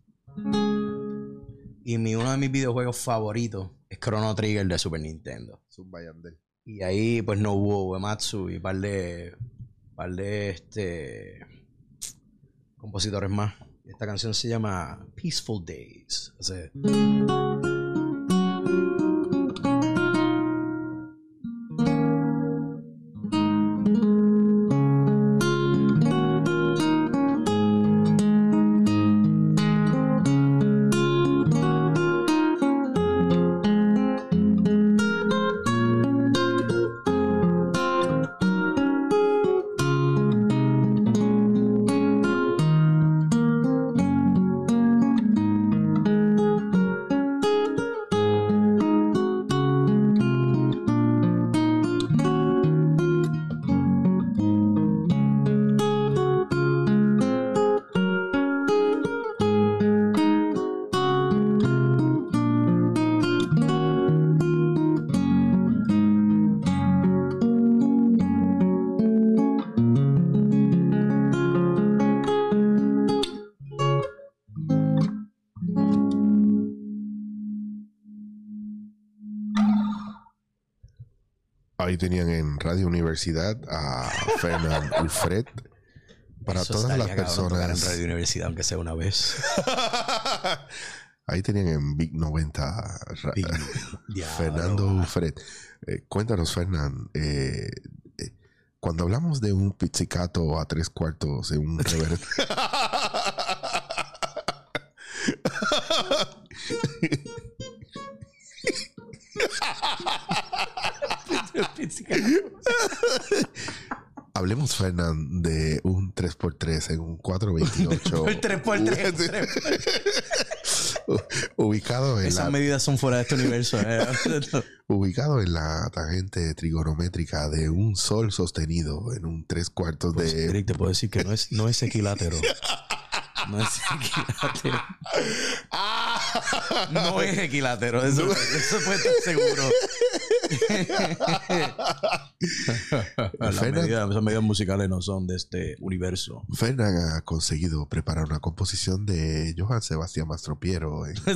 S2: Y mi, uno de mis videojuegos favoritos es Chrono Trigger de Super Nintendo.
S1: Zumba, Yandel.
S2: Y ahí, pues, Nobuo Uematsu y un par de, par de este, compositores más. Esta canción se llama Peaceful Days. O sea,
S1: Ahí tenían en Radio Universidad a Fernan Ulfred. Para
S2: eso
S1: todas las
S2: estaría cabrón tocar en
S1: personas.
S2: Radio Universidad, aunque sea una vez.
S1: Ahí tenían en Big noventa ra-
S2: Big
S1: Fernando
S2: Diablo.
S1: Ulfred. Eh, cuéntanos, Fernán. eh, eh, cuando hablamos de un pizzicato a tres cuartos en un rever... Hablemos, Fernán, de un tres por tres en un cuatro veintiocho.
S2: El tres por tres.
S1: ubicado en
S2: Esas
S1: la
S2: medidas son fuera de este universo. eh.
S1: ubicado en la tangente trigonométrica de un sol sostenido en un tres cuartos
S2: Pues,
S1: de
S2: Eric, te puedo decir que no es, no es equilátero. No es equilátero. No es equilátero. Eso, eso puede estar seguro. Las
S1: Fernan-
S2: medidas, esas medidas musicales no son de este universo.
S1: Fernan ha conseguido preparar una composición de Johann Sebastián Mastropiero. en-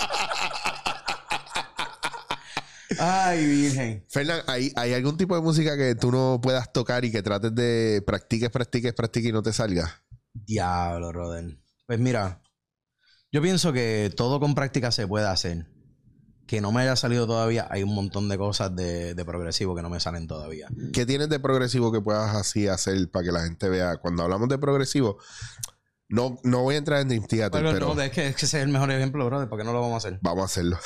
S2: Ay, virgen.
S1: Fernan, ¿hay, ¿hay algún tipo de música que tú no puedas tocar y que trates de practiques, practiques, practiques y no te salga?
S2: Diablo, Roden. Pues mira, yo pienso que todo con práctica se puede hacer. que no me haya salido todavía, hay un montón de cosas de, de progresivo que no me salen todavía.
S1: ¿Qué tienes de progresivo que puedas así hacer para que la gente vea? Cuando hablamos de progresivo, no, no voy a entrar en Dream Theater,
S2: pero...
S1: pero...
S2: No, es que, es que ese es el mejor ejemplo, brother. ¿Por qué no lo vamos a hacer?
S1: Vamos a hacerlo.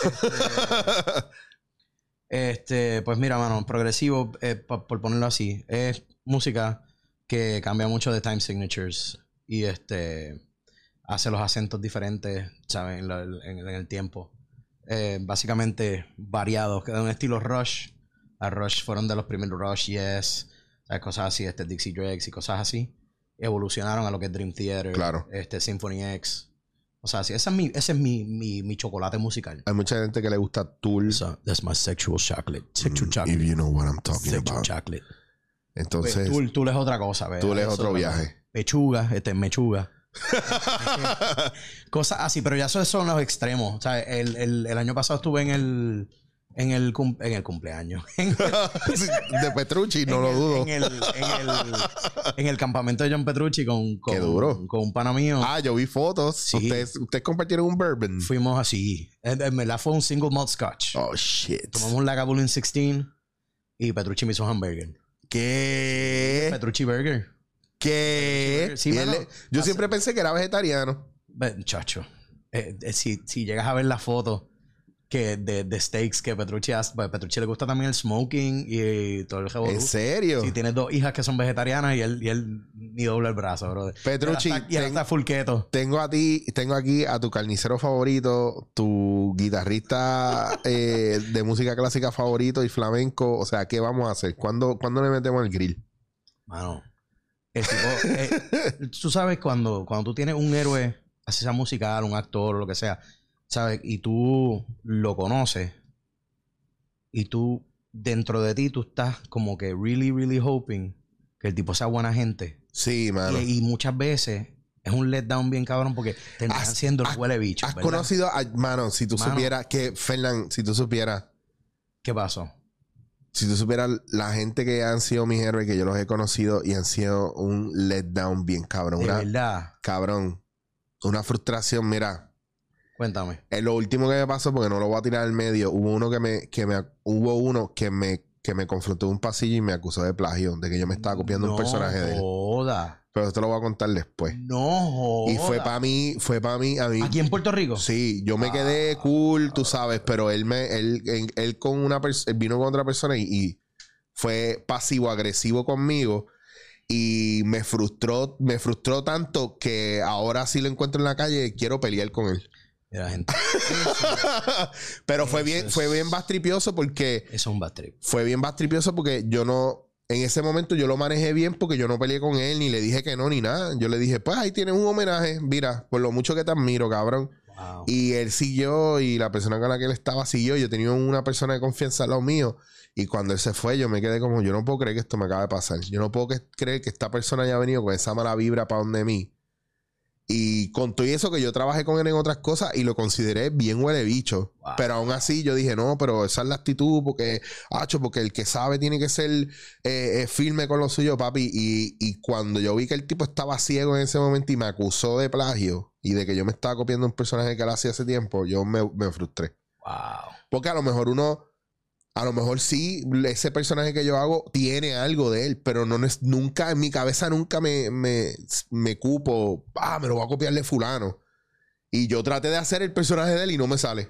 S2: Este, este pues mira, mano, progresivo, eh, por, por ponerlo así, es música que cambia mucho de time signatures y este hace los acentos diferentes, ¿sabes? En, lo, en, en el tiempo. Eh, básicamente variados, que de un estilo Rush. A Rush fueron de los primeros Rush, Yes, ¿sabes? Cosas así, este Dixie Dregs y cosas así. Evolucionaron a lo que es Dream Theater,
S1: claro.
S2: este Symphony X. O sea, sí, ese es mi, ese es mi, mi, mi chocolate musical.
S1: Hay mucha gente que le gusta Tool.
S2: So, that's my sexual chocolate. Sexual
S1: Mm,
S2: chocolate.
S1: if you know what I'm talking
S2: Sexual
S1: about.
S2: chocolate.
S1: Entonces,
S2: Pues, Tool, Tool es otra cosa, ¿verdad?
S1: Tool es
S2: Eso,
S1: otro viaje.
S2: Pechuga, este mechuga. Cosas así, pero ya esos son los extremos. O sea, el, el, el año pasado estuve en el en el, cum, en el cumpleaños.
S1: de Petrucci, no
S2: en
S1: lo
S2: el,
S1: dudo.
S2: En el, en, el, en el campamento de John Petrucci con, con,
S1: Qué duro.
S2: con un pana mío.
S1: Ah, yo vi fotos.
S2: Sí.
S1: Ustedes, ustedes compartieron un bourbon.
S2: Fuimos así. En verdad fue un single malt scotch.
S1: Oh, shit.
S2: Tomamos un Lagavulin dieciséis y Petrucci me hizo hamburger.
S1: ¿Qué?
S2: Petrucci Burger.
S1: ¿Qué?
S2: Sí,
S1: Y él
S2: mano,
S1: le- yo
S2: hace-
S1: siempre pensé que era vegetariano.
S2: Ve- Chacho. Eh, eh, si, si llegas a ver la foto que de, de steaks que Petrucci hace, pues a Petrucci le gusta también el smoking y todo el revolú.
S1: ¿En serio?
S2: Sí, tienes dos hijas que son vegetarianas y él, y él ni dobla el brazo, bro.
S1: Petrucci,
S2: Y ahora está, y ahora
S1: ten-
S2: está full keto.
S1: Tengo a ti, tengo aquí a tu carnicero favorito, tu guitarrista eh, de música clásica favorito y flamenco. O sea, ¿qué vamos a hacer? ¿Cuándo, ¿cuándo le metemos el grill?
S2: Mano. El tipo, eh, tú sabes cuando, cuando tú tienes un héroe, así sea musical, un actor o lo que sea, ¿sabes? Y tú lo conoces y tú, dentro de ti, tú estás como que really, really hoping que el tipo sea buena gente.
S1: Sí, mano.
S2: Y, y muchas veces es un letdown bien cabrón porque terminan
S1: Has-
S2: siendo el
S1: has-
S2: huele bicho.
S1: ¿Has
S2: ¿verdad?
S1: conocido a... Mano, si tú
S2: Mano.
S1: supieras que... Fernán, si tú supieras...
S2: ¿Qué pasó?
S1: Si tú supieras la gente que han sido mis héroes, que yo los he conocido y han sido un letdown bien cabrón.
S2: De
S1: Una,
S2: verdad.
S1: cabrón. Una frustración, mira.
S2: Cuéntame.
S1: En lo último que me pasó, porque no lo voy a tirar al medio, hubo uno que me, que me, hubo uno que me, que me confrontó en un pasillo y me acusó de plagio, de que yo me estaba copiando
S2: no
S1: un personaje de él.
S2: Joda.
S1: Pero esto lo voy a contar después.
S2: No joda.
S1: Y fue para mí, fue para mí, a mí.
S2: ¿Aquí en Puerto Rico?
S1: Sí, yo me quedé cool, tú sabes, pero él me, él, él, él con una persona, vino con otra persona y, y fue pasivo agresivo conmigo y me frustró, me frustró tanto que ahora si lo encuentro en la calle quiero pelear con él.
S2: Mira, gente.
S1: Pero fue
S2: Eso
S1: bien,
S2: es-
S1: fue bien bastripioso porque
S2: Eso es un bad trip.
S1: fue bien bastripioso porque yo no, en ese momento yo lo manejé bien porque yo no peleé con él ni le dije que no ni nada. Yo le dije, pues ahí tienes un homenaje, mira, por lo mucho que te admiro, cabrón.
S2: Wow.
S1: Y él siguió y la persona con la que él estaba siguió. Yo tenía una persona de confianza al lado mío. Y cuando él se fue, yo me quedé como, yo no puedo creer que esto me acaba de pasar. Yo no puedo que- creer que esta persona haya venido con esa mala vibra para donde mí. Y con todo eso que yo trabajé con él en otras cosas y lo consideré bien huele bicho.
S2: Wow.
S1: Pero aún así yo dije, no, pero esa es la actitud porque, hacho, porque el que sabe tiene que ser eh, eh, firme con lo suyo, papi. Y, y cuando yo vi que el tipo estaba ciego en ese momento y me acusó de plagio y de que yo me estaba copiando un personaje que él hacía hace tiempo, yo me, me frustré.
S2: Wow.
S1: Porque a lo mejor uno, a lo mejor sí, ese personaje que yo hago tiene algo de él, pero no es, nunca, en mi cabeza nunca me, me, me cupo, ah, me lo voy a copiar de fulano. Y yo traté de hacer el personaje de él y no me sale.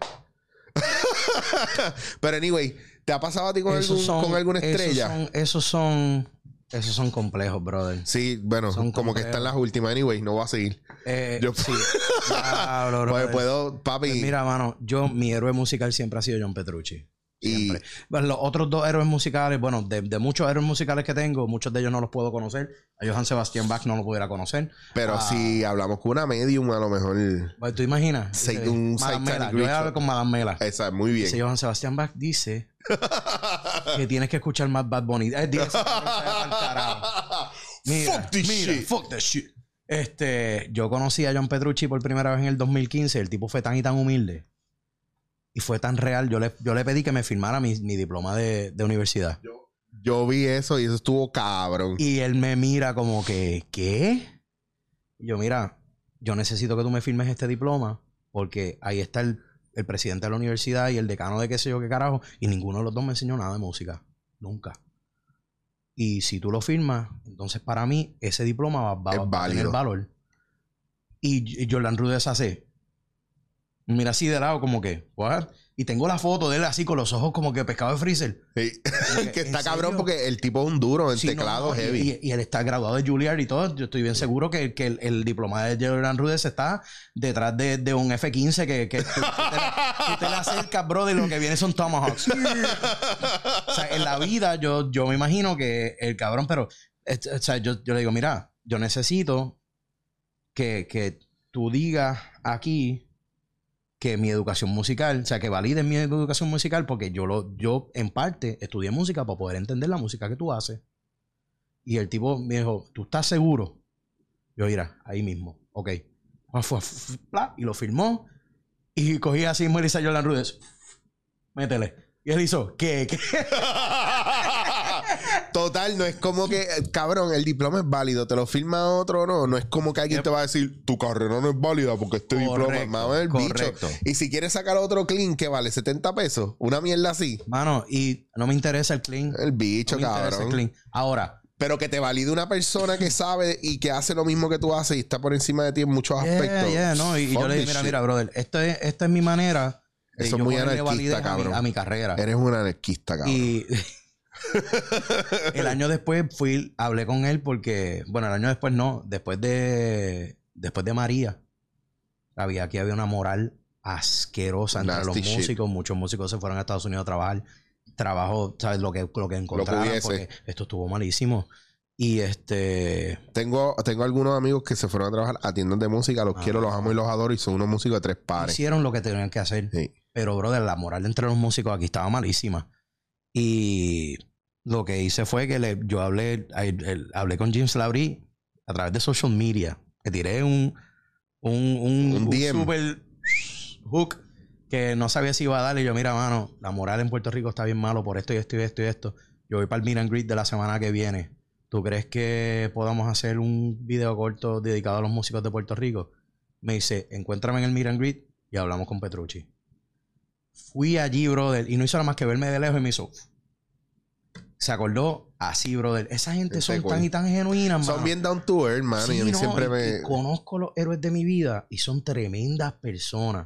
S1: Pero anyway, ¿te ha pasado a ti con,
S2: Esos
S1: algún,
S2: son-
S1: con alguna estrella?
S2: Esos son, esos son, esos son complejos, brother.
S1: Sí, bueno,
S2: Son
S1: como que
S2: complejos.
S1: están las últimas. Anyway, no voy a seguir.
S2: Eh,
S1: Yo-
S2: sí. Diablo,
S1: Pues
S2: brother.
S1: puedo, papi.
S2: Pues mira, mano, yo, mi héroe musical siempre ha sido John Petrucci.
S1: y
S2: Siempre. Bueno, los otros dos héroes musicales, bueno, de, de muchos héroes musicales que tengo, muchos de ellos no los puedo conocer. A Johann Sebastian Bach no lo pudiera conocer.
S1: Pero
S2: Ah.
S1: si hablamos con una medium, a lo mejor.
S2: Bueno, ¿tú imaginas?
S1: Sí,
S2: Dice,
S1: un
S2: Madame
S1: satanic
S2: Mela. Yo voy a
S1: ritual.
S2: hablar con Madame Mela.
S1: Esa, muy bien.
S2: Dice Johann Sebastian Bach dice que tienes que escuchar más Bad Bunny. Eh, dice, mira,
S1: Fuck this
S2: mira,
S1: shit.
S2: fuck that shit. Este, yo conocí a John Petrucci por primera vez en el dos mil quince. El tipo fue tan y tan humilde. Y fue tan real. Yo le, yo le pedí que me firmara mi, mi diploma de, de universidad.
S1: Yo, yo vi eso y eso estuvo cabrón.
S2: Y él me mira como que, ¿qué? Y yo, mira, yo necesito que tú me firmes este diploma porque ahí está el el presidente de la universidad y el decano de qué sé yo qué carajo, y ninguno de los dos me enseñó nada de música. Nunca. Y si tú lo firmas, entonces para mí ese diploma va, va, va a tener valor. Y, y Jordan Rudess hace, mira así de lado como que, ¿what? Y tengo la foto de él así con los ojos como que pescado de freezer.
S1: Sí. Que está cabrón porque el tipo es un duro en sí, teclado no, no,
S2: heavy. Y, y, y él está graduado de Juilliard y todo. Yo estoy bien seguro que, que el, el diploma de Jordan Rudess está detrás de, de un F quince que, que tú, tú, te la, tú te le acercas, bro, y lo que viene son Tomahawks. O sea, en la vida yo, yo me imagino que el cabrón, pero o sea, yo, yo le digo, mira, yo necesito que, que tú digas aquí que mi educación musical, o sea, que validen mi educación musical porque yo, lo, yo en parte estudié música para poder entender la música que tú haces. Y el tipo me dijo, ¿tú estás seguro? Yo, mira, ahí mismo. Ok. Y lo firmó. Y cogí así mismo y le dice a Jordan Rudess, métele. Y él hizo, ¿qué? ¿Qué?
S1: Total, no es como que, cabrón, el diploma es válido, te lo firma otro o no. No es como que alguien yep. te va a decir, tu carrera no es válida porque este correcto, diploma, mano, el correcto. bicho. Y si quieres sacar otro clean que vale setenta pesos, una mierda así.
S2: Mano, y no me interesa el clean.
S1: El bicho, no me cabrón. El clean.
S2: Ahora.
S1: Pero que te valide una persona que sabe y que hace lo mismo que tú haces y está por encima de ti en muchos
S2: yeah,
S1: aspectos.
S2: Yeah, no. Y, y yo le dije, mira, shit. mira, brother, esta es, esta es mi manera de
S1: Eso
S2: yo
S1: es muy anarquista, cabrón.
S2: A mi, a mi carrera.
S1: Eres un anarquista, cabrón.
S2: Y el año después fui, hablé con él porque, bueno, el año después no, después de después de María, había aquí había una moral asquerosa entre Nasty los músicos. Shit. Muchos músicos se fueron a Estados Unidos a trabajar. Trabajo, ¿sabes? Lo que, lo que encontraron, lo que porque esto estuvo malísimo. Y este...
S1: Tengo, tengo algunos amigos que se fueron a trabajar a tiendas de música. Los ah, quiero, los amo y los adoro. Y son unos músicos de tres pares.
S2: Hicieron lo que tenían que hacer. Sí. Pero, brother, la moral entre los músicos aquí estaba malísima. Y lo que hice fue que le, yo hablé, el, hablé con James Labrie a través de social media. Le tiré un, un, un, un, un super hook que no sabía si iba a darle. Y yo, mira, mano, la moral en Puerto Rico está bien malo por esto y esto y esto y esto. Yo voy para el meet and greet de la semana que viene. ¿Tú crees que podamos hacer un video corto dedicado a los músicos de Puerto Rico? Me dice, encuéntrame en el meet and greet y hablamos con Petrucci. Fui allí, brother, y no hizo nada más que verme de lejos y me hizo... Se acordó así, brother. Esa gente son cool. tan y tan genuinas,
S1: son
S2: mano.
S1: bien down to earth, mano. Sí, y a mí no, siempre
S2: y,
S1: me...
S2: y conozco los héroes de mi vida y son tremendas personas.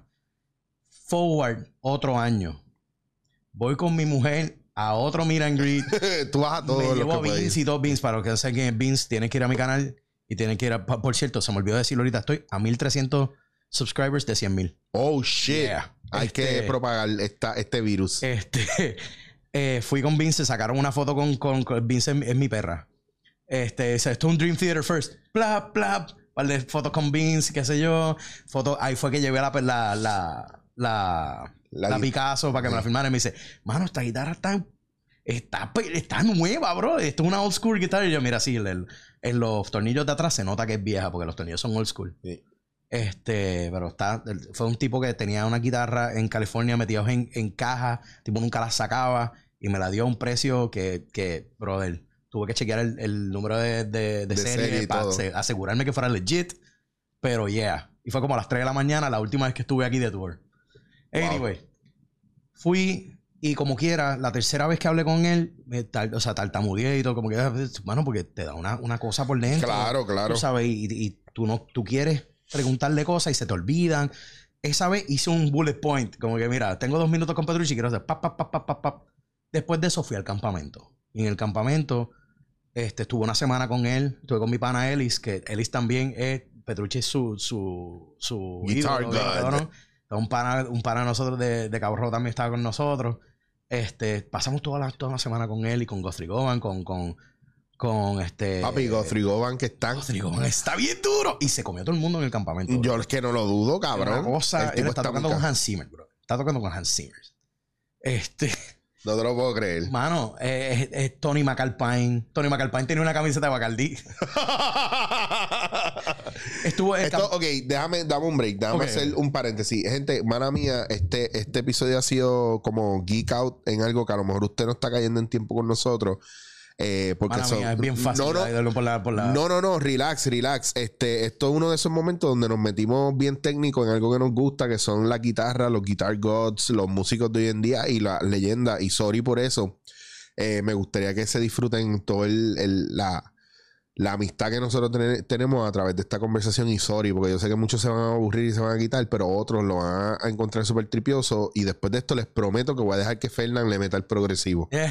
S2: Forward, otro año. Voy con mi mujer a otro meet and greet.
S1: Tú vas a todo
S2: me
S1: lo
S2: llevo
S1: que
S2: a Vince
S1: puedes.
S2: y dos Vince. Para los que no saben quién es Vince, tienen que ir a mi canal y tienen que ir a... Por cierto, se me olvidó decirlo ahorita. Estoy a mil trescientos subscribers de cien mil.
S1: Oh, shit.
S2: Yeah.
S1: Hay
S2: este,
S1: que propagar esta, este virus.
S2: Este... Eh, fui con Vince, sacaron una foto con, con, con Vince, es, es mi perra. Este, esto es un Dream Theater First. Plap, plap. Par de fotos con Vince, qué sé yo. Foto, ahí fue que llevé la, la, la, la, la, la Picasso para que sí. me la firmara. Y me dice, mano, esta guitarra está, está, está nueva, bro. Esto es una old school guitarra. Y yo, mira, sí, el, el, en los tornillos de atrás se nota que es vieja porque los tornillos son old school. Sí. Este, pero está, fue un tipo que tenía una guitarra en California metidos en, en caja, tipo nunca la sacaba. Y me la dio a un precio que, que brother, tuve que chequear el, el número de, de, de, de serie, serie para asegurarme que fuera legit. Pero yeah. Y fue como a las tres de la mañana la última vez que estuve aquí de tour. Wow. Anyway. Fui y como quiera, la tercera vez que hablé con él, me tal, o sea, tartamudeé y todo. Como que, bueno, porque te da una, una cosa por dentro.
S1: Claro, claro.
S2: Tú sabes, y, y tú, no, tú quieres preguntarle cosas y se te olvidan. Esa vez hice un bullet point. Como que, mira, tengo dos minutos con Petrucci y quiero hacer pap, pap, pap, pap, pap, pap. Después de eso fui al campamento. Y en el campamento este, estuve una semana con él. Estuve con mi pana Ellis, que Ellis también es... Petrucci es su... su, su
S1: Guitar
S2: ídolo, ¿no? Un pana, un pana de nosotros de, de Cabo Rojo también estaba con nosotros. Este, pasamos toda la, toda la semana con él y con Guthrie Govan, con... con con este...
S1: Papi, Guthrie Govan que está...
S2: Guthrie Govan está bien duro. Y se comió todo el mundo en el campamento.
S1: Yo
S2: bro.
S1: es que no lo dudo, cabrón.
S2: Una cosa... Él está, está tocando con Hans Zimmer, bro. Está tocando con Hans Zimmer. Este...
S1: No te lo puedo creer.
S2: Mano, eh, es, es Tony McAlpine. Tony McAlpine tenía una camiseta de Bacardi. Estuvo...
S1: Esto, ok, déjame, dame un break. Déjame okay. hacer un paréntesis. Gente, mala mía, este, este episodio ha sido como geek out en algo que a lo mejor usted no está cayendo en tiempo con nosotros. Eh, porque
S2: Mala
S1: son,
S2: mía, es bien fácil.
S1: No, no,
S2: por la, por la...
S1: no, no, no, relax, relax. Este, esto es uno de esos momentos donde nos metimos bien técnicos en algo que nos gusta, que son la guitarra, los guitar gods, los músicos de hoy en día y la leyenda. Y sorry por eso. Eh, me gustaría que se disfruten todo el, el la, la amistad que nosotros ten tenemos a través de esta conversación. Y sorry, porque yo sé que muchos se van a aburrir y se van a quitar, pero otros lo van a, a encontrar súper tripioso. Y después de esto les prometo que voy a dejar que Fernan le meta el progresivo.
S2: Yeah.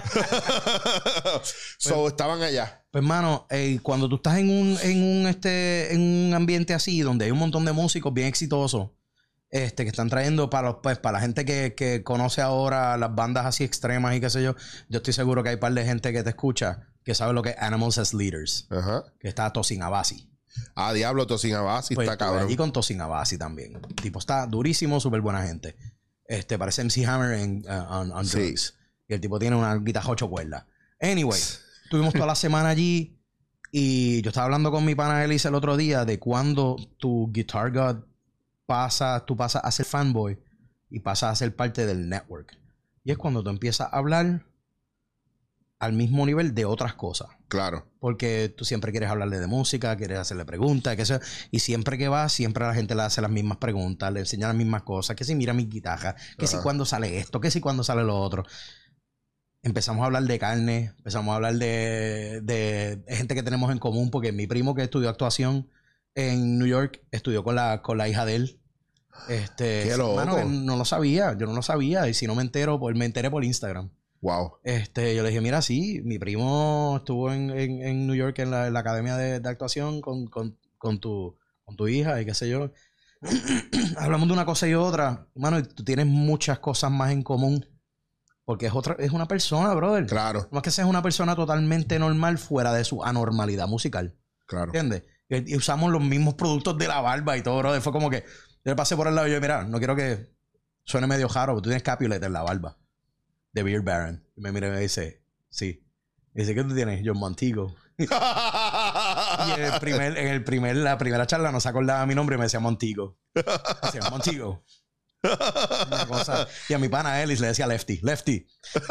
S1: So,
S2: pues,
S1: estaban allá.
S2: Pues, mano, eh, cuando tú estás en un, en un este, en un ambiente así, donde hay un montón de músicos bien exitosos, este, que están trayendo para los, pues, para la gente que, que conoce ahora las bandas así extremas y qué sé yo, yo estoy seguro que hay un par de gente que te escucha que sabe lo que es Animals as Leaders.
S1: Ajá.
S2: Que está Tosin Abasi.
S1: Ah, diablo, Tosin Abasi
S2: Pues
S1: está cabrón.
S2: allí con Tosin Abasi también. El tipo está durísimo, súper buena gente. Este, parece M C Hammer en uh, on, on drugs.
S1: Sí.
S2: Y el tipo tiene una guitarra ocho cuerdas. Anyway, estuvimos toda la semana allí y yo estaba hablando con mi pana Ellis el otro día de cuando tu Guitar God pasa, tú pasas a ser fanboy y pasas a ser parte del network. Y es cuando tú empiezas a hablar al mismo nivel de otras cosas.
S1: Claro.
S2: Porque tú siempre quieres hablarle de música, quieres hacerle preguntas, que sea, y siempre que vas, siempre a la gente le hace las mismas preguntas, le enseña las mismas cosas, que si mira mi guitarra, que Ajá. si cuando sale esto, que si cuando sale lo otro. Empezamos a hablar de carne, empezamos a hablar de, de, de gente que tenemos en común, porque mi primo que estudió actuación en New York estudió con la, con la hija de él. Este,
S1: Qué loco.
S2: Mano, no lo sabía, yo no lo sabía, y si no me entero, pues me enteré por Instagram.
S1: Wow.
S2: Este, yo le dije, mira, sí, mi primo estuvo en, en, en New York en la, en la academia de, de actuación con, con, con, tu, con tu hija y qué sé yo. Hablamos de una cosa y otra. Mano, y tú tienes muchas cosas más en común. Porque es otra, es una persona, brother.
S1: Claro.
S2: No es que seas una persona totalmente normal fuera de su anormalidad musical.
S1: Claro.
S2: ¿Entiendes? Y, y usamos los mismos productos de la barba y todo, brother. Fue como que yo le pasé por el lado y yo, mira, no quiero que suene medio jaro, pero tú tienes Capulet en la barba. De Beard Baron. Y me mira y me dice, sí. Y dice, ¿qué tú tienes? Yo, Montego. Y en el primer, en el primer, la primera charla no se acordaba mi nombre y me decía Montego. Me decía, Montego. Una cosa. Y a mi pana Ellis le decía Lefty. Lefty.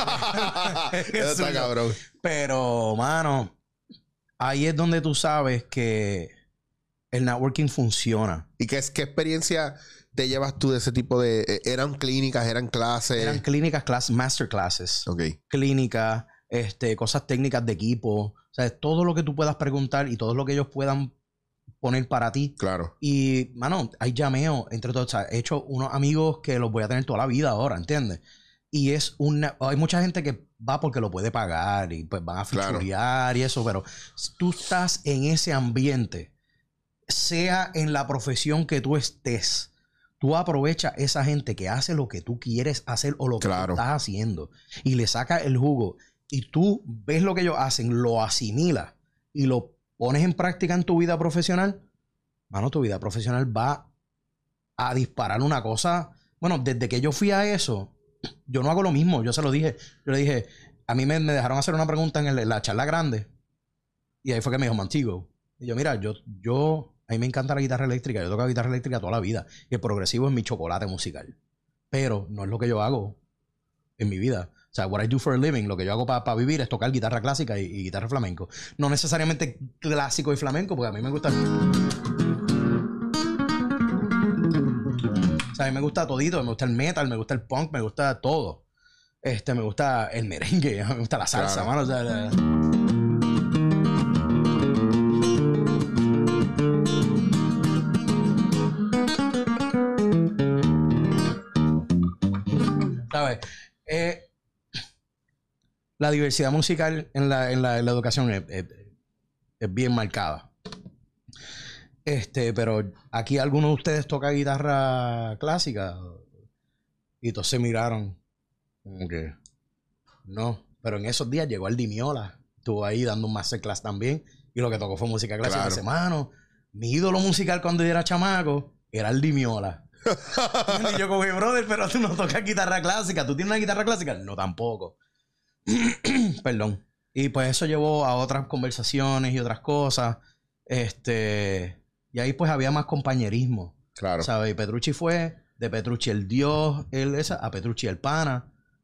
S1: Está cabrón.
S2: Pero, mano, ahí es donde tú sabes que el networking funciona.
S1: ¿Y qué, qué experiencia te llevas tú de ese tipo de... ¿Eran clínicas? ¿Eran clases?
S2: Eran clínicas, clases, masterclasses.
S1: Ok.
S2: Clínicas, este, cosas técnicas de equipo. O sea, todo lo que tú puedas preguntar y todo lo que ellos puedan poner para ti.
S1: Claro.
S2: Y, mano, hay llameo entre todos. O sea, he hecho unos amigos que los voy a tener toda la vida ahora, ¿entiendes? Y es una... Hay mucha gente que va porque lo puede pagar y pues van a fichurear claro. y eso, pero si tú estás en ese ambiente, sea en la profesión que tú estés, tú aprovechas esa gente que hace lo que tú quieres hacer o lo que claro. tú estás haciendo y le sacas el jugo y tú ves lo que ellos hacen, lo asimilas y lo pones en práctica en tu vida profesional. Mano, tu vida profesional va a disparar una cosa. Bueno, desde que yo fui a eso, yo no hago lo mismo. Yo se lo dije. Yo le dije, a mí me, me dejaron hacer una pregunta en, el, en la charla grande y ahí fue que me dijo Montego. Y yo, mira, yo, yo, a mí me encanta la guitarra eléctrica. Yo toco guitarra eléctrica toda la vida. Y el progresivo es mi chocolate musical. Pero no es lo que yo hago en mi vida. O sea, what I do for a living, lo que yo hago para pa vivir es tocar guitarra clásica y, y guitarra flamenco. No necesariamente clásico y flamenco, porque a mí me gusta... O sea, a mí me gusta todito. Me gusta el metal, me gusta el punk, me gusta todo. Este, me gusta el merengue, me gusta la salsa, claro. mano. O sea, la... ¿Sabes? Eh, la diversidad musical en la, en la, en la educación es, es, es bien marcada. Este, pero aquí algunos de ustedes tocan guitarra clásica y todos se miraron como que no. Pero en esos días llegó el Di Miola, estuvo ahí dando un masterclass también y lo que tocó fue música clásica. Claro. Dice, mano, mi ídolo musical cuando yo era chamaco era el Di Miola. Y yo como, brother, pero tú no tocas guitarra clásica. ¿Tú tienes una guitarra clásica? No, tampoco. Perdón. Y pues eso llevó a otras conversaciones y otras cosas. Este... Y ahí pues había más compañerismo. Claro. ¿Sabes? Y Petrucci fue de Petrucci el dios, él esa, a Petrucci el pana.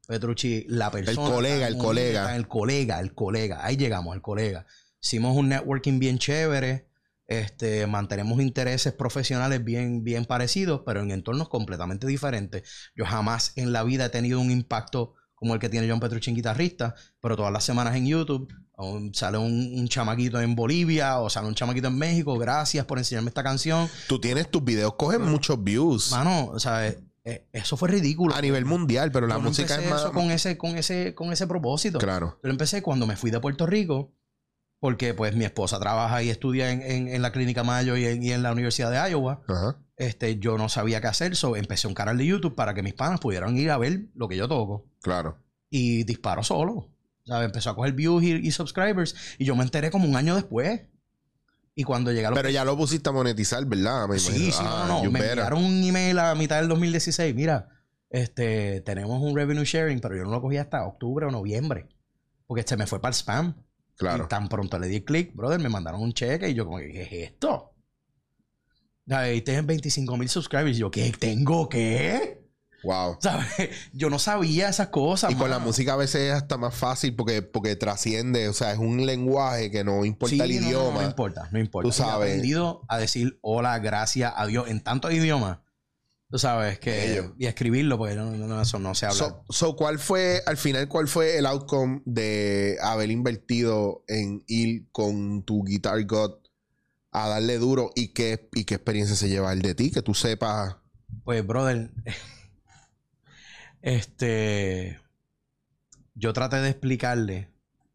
S2: Petrucci, la persona.
S1: El colega, el colega.
S2: El colega, el colega. Ahí llegamos, el colega. Hicimos un networking bien chévere. Este, mantenemos intereses profesionales bien, bien parecidos, pero en entornos completamente diferentes. Yo jamás en la vida he tenido un impacto como el que tiene John Petrucci en guitarrista, pero todas las semanas en YouTube um, sale un, un chamaquito en Bolivia o sale un chamaquito en México. Gracias por enseñarme esta canción.
S1: Tú tienes tus videos, cogen bueno, muchos views.
S2: Mano, o sea, eh, eso fue ridículo.
S1: A nivel mundial, pero la
S2: yo
S1: música
S2: no
S1: es más...
S2: eso con ese, con ese, con ese propósito.
S1: Claro.
S2: Yo lo empecé cuando me fui de Puerto Rico, porque pues mi esposa trabaja y estudia en, en, en la Clínica Mayo y en, y en la Universidad de Iowa.
S1: Ajá.
S2: Este, yo no sabía qué hacer, so empecé un canal de YouTube para que mis panas pudieran ir a ver lo que yo toco.
S1: Claro.
S2: Y disparó solo. ¿Sabes? Empezó a coger views y, y subscribers. Y yo me enteré como un año después. Y cuando llegaron...
S1: Pero ya lo pusiste a monetizar, ¿verdad? Me
S2: sí, sí, ah, no, no. Me better. enviaron un email a mitad del dos mil dieciséis. Mira, este, tenemos un revenue sharing, pero yo no lo cogí hasta octubre o noviembre. Porque se me fue para el spam.
S1: Claro.
S2: Y tan pronto le di clic, brother, me mandaron un cheque y yo como, ¿qué es esto? Ahí tienen veinticinco mil subscribers. Y yo, ¿qué? ¿Tengo qué?
S1: Wow.
S2: ¿Sabes? Yo no sabía esas cosas.
S1: Y
S2: mano.
S1: con la música a veces es hasta más fácil porque, porque trasciende. O sea, es un lenguaje que no importa sí, el no, idioma.
S2: No, no importa, no importa.
S1: Tú sabes.
S2: Y he aprendido a decir hola, gracias, adiós en tantos idiomas. Tú sabes que... Ello. Y escribirlo, porque no, no, eso no se habla.
S1: So, so, ¿cuál fue, al final, cuál fue el outcome de haber invertido en ir con tu Guitar God a darle duro? ¿Y qué, y qué experiencia se lleva el de ti? Que tú sepas...
S2: Pues, brother... Este, yo traté de explicarle.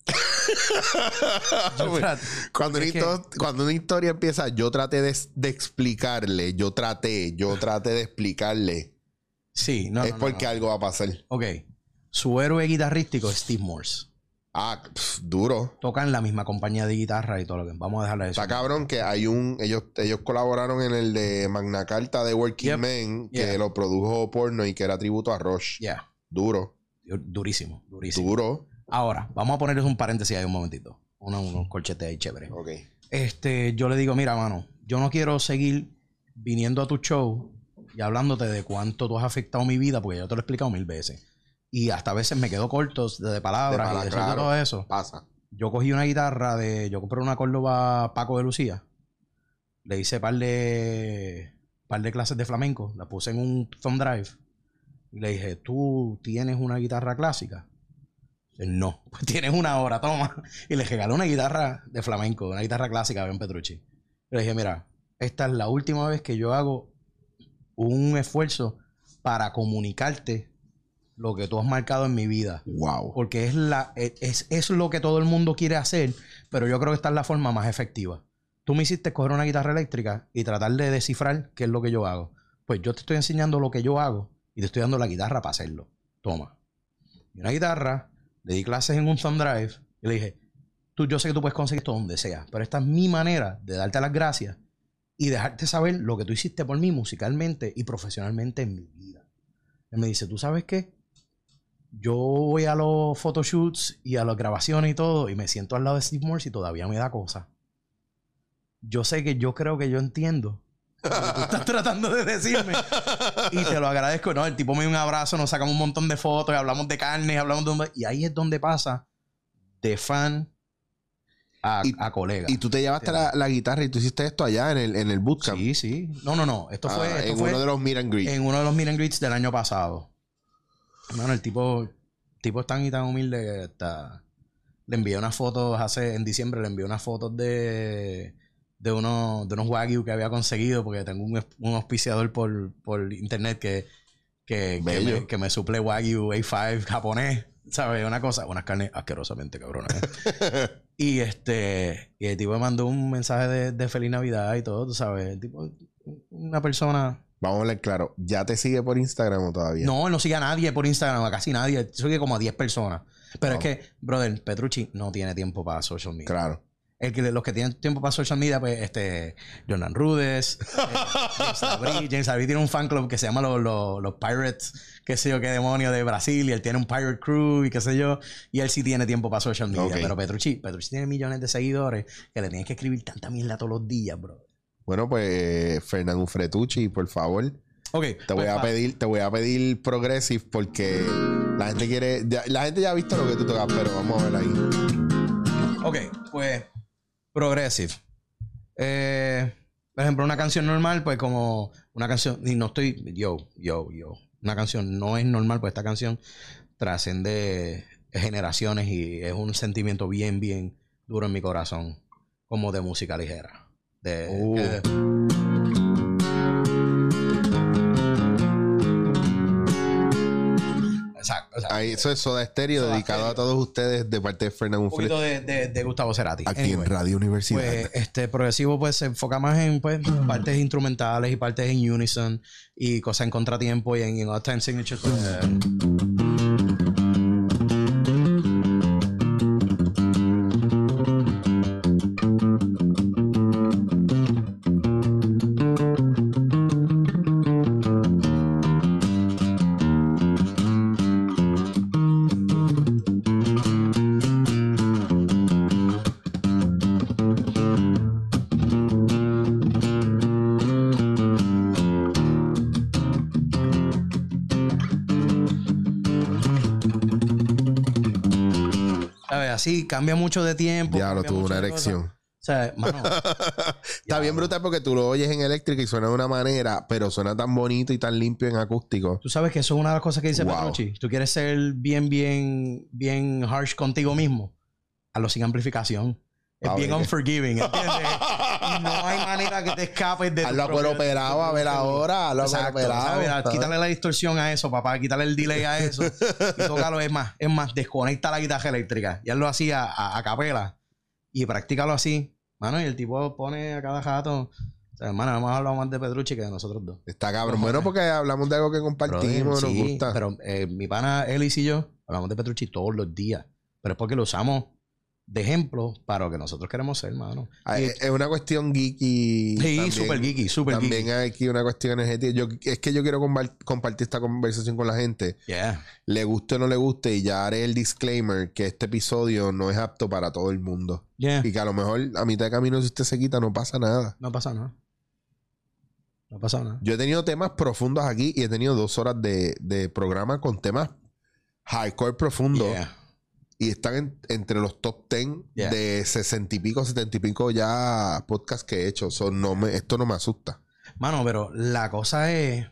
S1: yo traté, cuando, una que, cuando una historia empieza, yo traté de, de explicarle, yo traté, yo traté de explicarle.
S2: Sí, no.
S1: Es
S2: no,
S1: porque
S2: no, no.
S1: algo va a pasar.
S2: Ok. Su héroe guitarrístico es Steve Morse.
S1: Ah, pff, duro.
S2: Tocan la misma compañía de guitarra y todo lo que... Vamos a dejarle eso.
S1: Está cabrón que hay un... Ellos, ellos colaboraron en el de Magna Carta de Working yep. Men, que yeah. lo produjo Porno y que era tributo a Rush.
S2: Yeah.
S1: Duro.
S2: Durísimo, durísimo.
S1: Duro.
S2: Ahora, vamos a ponerles un paréntesis ahí un momentito. Uno, unos corchetes ahí chévere.
S1: Ok.
S2: Este, yo le digo, mira, mano, yo no quiero seguir viniendo a tu show y hablándote de cuánto tú has afectado mi vida, porque yo te lo he explicado mil veces. Y hasta a veces me quedo corto de palabras de pala, y de claro, todo eso.
S1: Pasa.
S2: Yo cogí una guitarra de... Yo compré una Córdoba Paco de Lucía. Le hice par de... par de clases de flamenco. La puse en un thumb drive. Y le dije, ¿tú tienes una guitarra clásica? Dice, no. Pues tienes una hora, toma. Y le regalé una guitarra de flamenco. Una guitarra clásica de Ben Petrucci. Le dije, mira, esta es la última vez que yo hago un esfuerzo para comunicarte lo que tú has marcado en mi vida.
S1: Wow.
S2: Porque es, la, es, es lo que todo el mundo quiere hacer, pero yo creo que esta es la forma más efectiva. Tú me hiciste coger una guitarra eléctrica y tratar de descifrar qué es lo que yo hago. Pues yo te estoy enseñando lo que yo hago y te estoy dando la guitarra para hacerlo. Toma. Y una guitarra, le di clases en un thumb drive y le dije, tú, yo sé que tú puedes conseguir esto donde sea, pero esta es mi manera de darte las gracias y dejarte saber lo que tú hiciste por mí musicalmente y profesionalmente en mi vida. Él me dice, ¿tú sabes qué? Yo voy a los photoshoots y a las grabaciones y todo y me siento al lado de Steve Morse y todavía me da cosa. Yo sé que yo creo que yo entiendo lo que tú estás tratando de decirme y te lo agradezco. No, el tipo me dio un abrazo, nos sacamos un montón de fotos y hablamos de carne, hablamos de... Y ahí es donde pasa de fan a,
S1: y,
S2: a colega.
S1: Y tú te llevaste la, la guitarra y tú hiciste esto allá en el, en el bootcamp.
S2: Sí, sí. No, no, no. Esto
S1: ah,
S2: fue... Esto
S1: en
S2: fue
S1: uno de los meet and greets.
S2: En uno de los meet and greets del año pasado. Bueno, el tipo, tipo es tan y tan humilde que hasta le envié unas fotos hace, en diciembre le envié unas fotos de, de, uno, de unos Wagyu que había conseguido, porque tengo un, un auspiciador por, por internet que, que, que, me, que me suple Wagyu A cinco japonés, ¿sabes? Una cosa, unas carnes asquerosamente cabronas. ¿eh? y este, y el tipo me mandó un mensaje de, de Feliz Navidad y todo, tú sabes, el tipo, una persona...
S1: Vamos a hablar claro. ¿Ya te sigue por Instagram o todavía?
S2: No, él no sigue a nadie por Instagram, a casi nadie. Él sigue como a diez personas. Pero
S1: no.
S2: es que, brother, Petrucci no tiene tiempo para social media.
S1: Claro.
S2: El que, los que tienen tiempo para social media, pues, este, Jordan Rudess, eh, James Abri. James Abri tiene un fan club que se llama los, los, los Pirates, qué sé yo, qué demonio de Brasil, y él tiene un Pirate Crew y qué sé yo, y él sí tiene tiempo para social media. Okay. Pero Petrucci, Petrucci tiene millones de seguidores que le tienen que escribir tanta mierda todos los días, bro.
S1: Bueno, pues, Fernando Fretucci, por favor,
S2: Ok.
S1: Te voy
S2: pues,
S1: a
S2: pa-
S1: pedir, te voy a pedir Progressive porque la gente quiere. ya- la gente ya ha visto lo que tú tocas, pero vamos a ver ahí.
S2: Ok, pues Progressive. Eh, por ejemplo, una canción normal, pues como una canción, y no estoy, yo, yo, yo, una canción no es normal, pues esta canción trasciende generaciones y es un sentimiento bien, bien duro en mi corazón, como de música ligera. De,
S1: Uh.
S2: que- exacto, exacto.
S1: Ahí, eso es Soda Stereo,
S2: Soda
S1: dedicado
S2: Stereo.
S1: a todos ustedes de parte de Fernando
S2: Un poquito
S1: Fred,
S2: de, de, de Gustavo Cerati.
S1: aquí
S2: Anyway.
S1: en Radio Universidad.
S2: Pues este progresivo pues se enfoca más en pues, partes instrumentales y partes en unison y cosas en contratiempo y en, en odd time signatures. Pues, eh, ¿sabes? Así cambia mucho de tiempo.
S1: Diablo,
S2: cambia
S1: tuvo
S2: mucho
S1: una
S2: de cosas.
S1: erección.
S2: O sea, mano,
S1: Está bien brutal porque tú lo oyes en eléctrica y suena de una manera, pero suena tan bonito y tan limpio en acústico.
S2: tú sabes que eso es una de las cosas que dice
S1: Wow.
S2: Petrucci. Tú quieres ser bien, bien, bien harsh contigo mismo. Hazlo sin amplificación. Es
S1: A
S2: bien
S1: ver, ¿qué?
S2: unforgiving, ¿entiendes? Y no hay manera que te escapes de tu
S1: Hazlo a
S2: propio-
S1: cuero operado, a ver ahora. Hazlo a cuero
S2: Exacto,
S1: operado.
S2: ¿sabes?
S1: ¿sabes?
S2: Quítale la distorsión a eso, papá. Quítale el delay a eso. Y tócalo. Es más, es más, desconecta la guitarra eléctrica. Ya lo hacía a, a capela. Y practícalo así. Mano, y el tipo pone a cada jato. O sea, hermano, hemos hablado más de Petrucci que de nosotros dos.
S1: Está cabrón. Bueno, porque hablamos de algo que compartimos,
S2: Brother,
S1: nos
S2: sí,
S1: gusta.
S2: pero eh, mi pana, Ellis y yo, hablamos de Petrucci todos los días. Pero es porque lo usamos de ejemplo para lo que nosotros queremos ser, hermano.
S1: Ah,
S2: Y-
S1: es es una cuestión geeky.
S2: Sí,
S1: también.
S2: súper geeky, súper
S1: También
S2: geeky.
S1: hay aquí una cuestión energética. Yo, es que yo quiero compa- compartir esta conversación con la gente.
S2: Yeah.
S1: Le guste o no le guste, y ya haré el disclaimer que este episodio no es apto para todo el mundo.
S2: Yeah.
S1: Y que a lo mejor a mitad de camino, si usted se quita, no pasa nada.
S2: No pasa nada. No pasa nada.
S1: Yo he tenido temas profundos aquí y he tenido dos horas de, de programa con temas hardcore profundos.
S2: Yeah.
S1: Y están en- entre los top diez
S2: Yeah.
S1: de sesenta y pico, setenta y pico ya podcast que he hecho. So, no me, esto no me asusta.
S2: Mano, pero la cosa es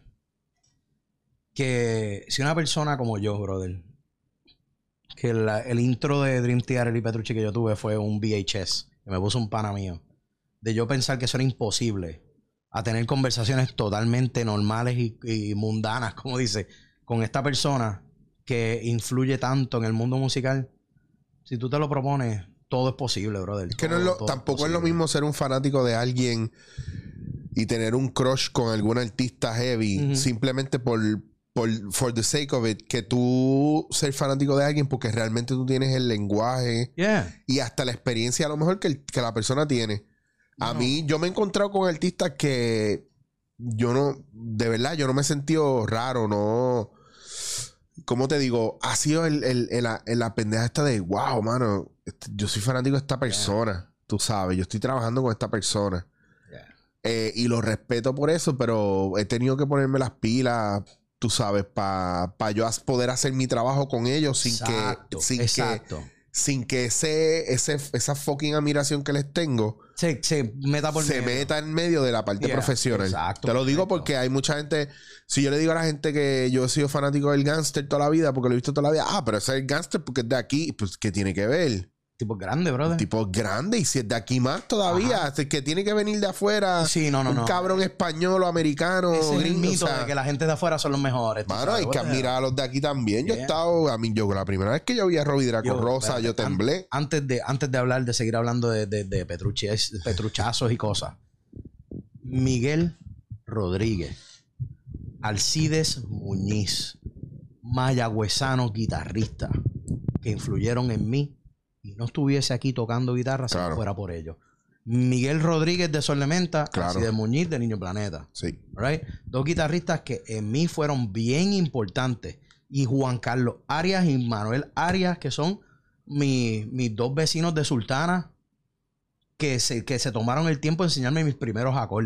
S2: que si una persona como yo, brother, que la- el intro de Dream Theater y Petrucci que yo tuve fue un V H S, que me puso un pana mío, de yo pensar que eso era imposible, a tener conversaciones totalmente normales y, y mundanas, como dice, con esta persona que influye tanto en el mundo musical. Si tú te lo propones, todo es posible, brother.
S1: Es que no
S2: Todo-
S1: es lo-
S2: todo
S1: tampoco es lo
S2: posible.
S1: mismo ser un fanático de alguien y tener un crush con algún artista heavy
S2: Ujú.
S1: simplemente por, por for the sake of it, que tú ser fanático de alguien porque realmente tú tienes el lenguaje
S2: Yeah.
S1: y hasta la experiencia a lo mejor que, el- que la persona tiene. A
S2: No.
S1: mí, yo me he encontrado con artistas que yo no, de verdad, yo no me he sentido raro, no. ¿Cómo te digo? Ha sido el, el, el- la, la pendeja esta de, wow, mano, este- yo soy fanático de esta persona, tú sabes, yo estoy trabajando con esta persona.
S2: Yeah.
S1: Eh, y lo respeto por eso, pero he tenido que ponerme las pilas, tú sabes, para pa yo as- poder hacer mi trabajo con ellos sin
S2: Exacto,
S1: que, sin que,
S2: exacto.
S1: sin que ese, ese, esa fucking admiración que les tengo
S2: Se, se meta por
S1: se
S2: medio.
S1: meta en medio de la parte
S2: Yeah,
S1: profesional.
S2: exacto,
S1: Te lo digo
S2: perfecto.
S1: porque hay mucha gente. Si yo le digo a la gente que yo he sido fanático del gangster toda la vida, porque lo he visto toda la vida, ah, pero ese es el gangster porque es de aquí, pues ¿qué tiene que ver?
S2: Tipo grande, brother.
S1: El tipo es grande y si es de aquí más todavía, es que tiene que venir de afuera.
S2: Sí, no, no,
S1: un
S2: no.
S1: cabrón español o americano.
S2: Ese es el
S1: gringo,
S2: mito
S1: o sea,
S2: de que la gente de afuera son los mejores. tú
S1: mano,
S2: sabes,
S1: hay que
S2: brother.
S1: admirar a los de aquí también. Yo he
S2: Yeah.
S1: estado, a mí, yo la primera vez que yo vi a Robbie Draco
S2: Yo,
S1: Rosa,
S2: espérate,
S1: yo temblé.
S2: an- Antes de, antes de hablar, de seguir hablando de, de, de Petrucci, es- petruchazos y cosas. Miguel Rodríguez, Alcides Muñiz, mayagüezano guitarrista, que influyeron en mí y no estuviese aquí tocando guitarra si
S1: Claro.
S2: no fuera por ellos. Miguel Rodríguez de Solementa,
S1: Claro.
S2: Alcides Muñiz de Niño Planeta.
S1: Sí.
S2: Right? Dos guitarristas que en mí fueron bien importantes. Y Juan Carlos Arias y Manuel Arias, que son mi- mis dos vecinos de Sultana, que se, que se tomaron el tiempo de enseñarme mis primeros acordes.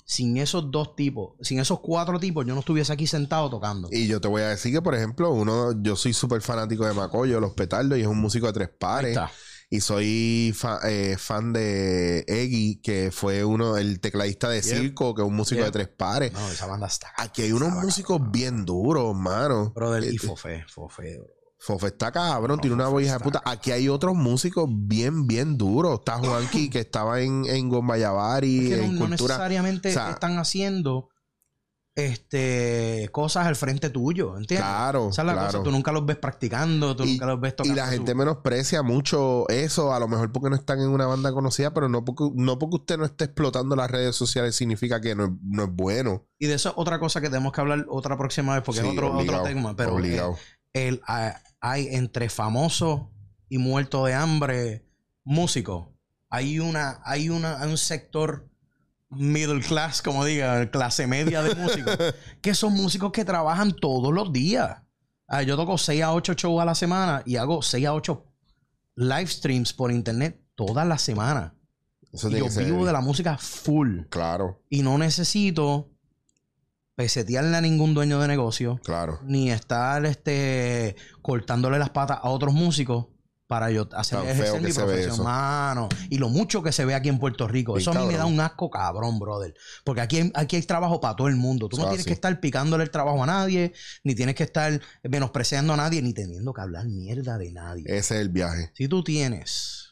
S2: sin esos dos tipos, sin esos cuatro tipos, yo no estuviese aquí sentado tocando.
S1: Y yo te voy a decir que, por ejemplo, uno, yo soy súper fanático de Macoyo, Los Petardos, y es un músico de tres pares. Y soy fa, eh, fan de Eggy, que fue uno, el tecladista de yep. Circo, que es un músico yep. de tres pares.
S2: No, esa banda está.
S1: Aquí hay unos músicos cabrón. bien duros, mano.
S2: Brother, y Fofé, Fofé, bro.
S1: Fofé está cabrón, no, tiene una voz hija de puta. Aquí hay otros músicos bien, bien duros. Está Juanqui, que estaba en, en Gombayavari,
S2: es que
S1: en
S2: no,
S1: Cultura.
S2: No necesariamente o sea, están haciendo este cosas al frente tuyo, ¿entiendes?
S1: Claro,
S2: esa es la
S1: claro.
S2: cosa. Tú nunca los ves practicando, tú
S1: y,
S2: nunca los ves tocando.
S1: Y la gente su... menosprecia mucho eso, a lo mejor porque no están en una banda conocida, pero no porque, no porque usted no esté explotando las redes sociales significa que no es, no es bueno.
S2: Y de eso es otra cosa que tenemos que hablar otra próxima vez, porque sí, es otro, obligado, otro tema. Pero obligado. El, el, hay entre famosos y muertos de hambre músicos. Hay una, hay una, hay un sector middle class, como diga, clase media de músicos, que son músicos que trabajan todos los días. Ah, yo toco seis a ocho shows a la semana y hago seis a ocho live streams por internet todas las semanas. Eso y yo vivo de la música full.
S1: Claro.
S2: Y no necesito pesetearle a ningún dueño de negocio.
S1: Claro.
S2: Ni estar este, cortándole las patas a otros músicos para yo hacer ejercer mi profesión, mano. Y lo mucho que se ve aquí en Puerto Rico. Bien, eso a mí cabrón. me da un asco cabrón, brother. Porque aquí hay, aquí hay trabajo para todo el mundo. Tú no so, tienes así. que estar picándole el trabajo a nadie, ni tienes que estar menospreciando a nadie, ni teniendo que hablar mierda de nadie.
S1: Ese es el viaje.
S2: Si tú tienes...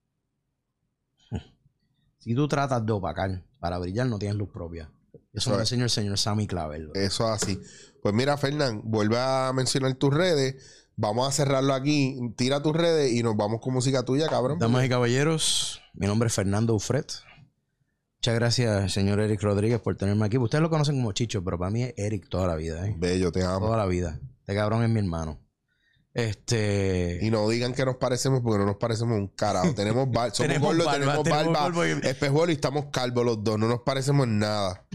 S2: Si tú tratas de opacar para brillar, no tienes luz propia. Eso me enseñó el señor Sammy Clavel. ¿verdad?
S1: Eso es así. Pues mira, Fernán, vuelve a mencionar tus redes. Vamos a cerrarlo aquí. Tira tus redes y nos vamos con música tuya, cabrón.
S2: Damas y caballeros, mi nombre es Fernando Ufret. Muchas gracias, señor Eric Rodríguez, por tenerme aquí. Ustedes lo conocen como Chicho, pero para mí es Eric toda la vida. ¿eh?
S1: Bello, te amo.
S2: Toda la vida. Este cabrón es mi hermano. Este...
S1: Y no digan que nos parecemos porque no nos parecemos un carajo. Tenemos, bar... Somos
S2: tenemos
S1: gordos,
S2: barba,
S1: tenemos
S2: tenemos
S1: barba,
S2: y...
S1: espejuelo y estamos calvos los dos. No nos parecemos en nada.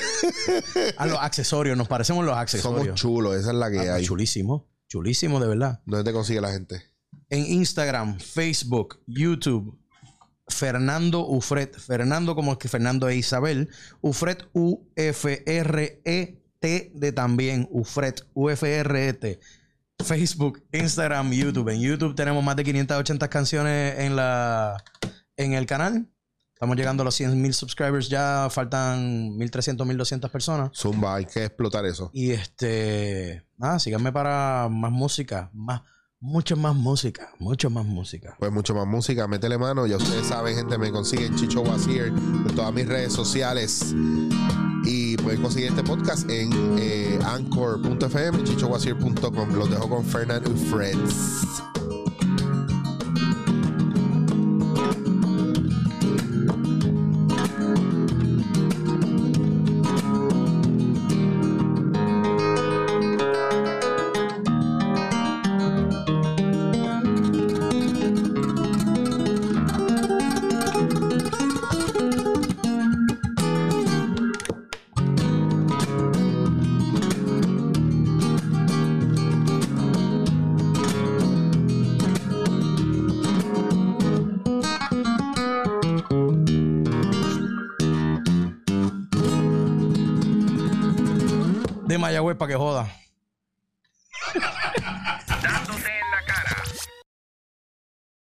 S2: A los accesorios, nos parecemos los accesorios.
S1: Somos chulos, esa es la que ah, hay.
S2: Chulísimo, chulísimo, de verdad.
S1: ¿Dónde te consigue la gente?
S2: En Instagram, Facebook, YouTube, Fernando Ufret. Fernando como que Fernando e Isabel. Ufret, U F R E T de también. Ufret, U F R E T. Facebook, Instagram, YouTube. En YouTube tenemos más de quinientas ochenta canciones en la en el canal. Estamos llegando a los cien mil subscribers ya. Faltan mil trescientas, mil doscientas personas.
S1: Zumba, hay que explotar eso.
S2: Y este... Nada, síganme para más música. Más, mucho más música. Mucho más música.
S1: Pues mucho más música. Métele mano. Ya ustedes saben, gente, me consiguen Chicho Wazir en todas mis redes sociales. Y pueden conseguir este podcast en eh, anchor punto f m y chicho wazir punto com. Los dejo con Fernando Ufret.
S2: De Mayagüez para que joda.
S3: Dándote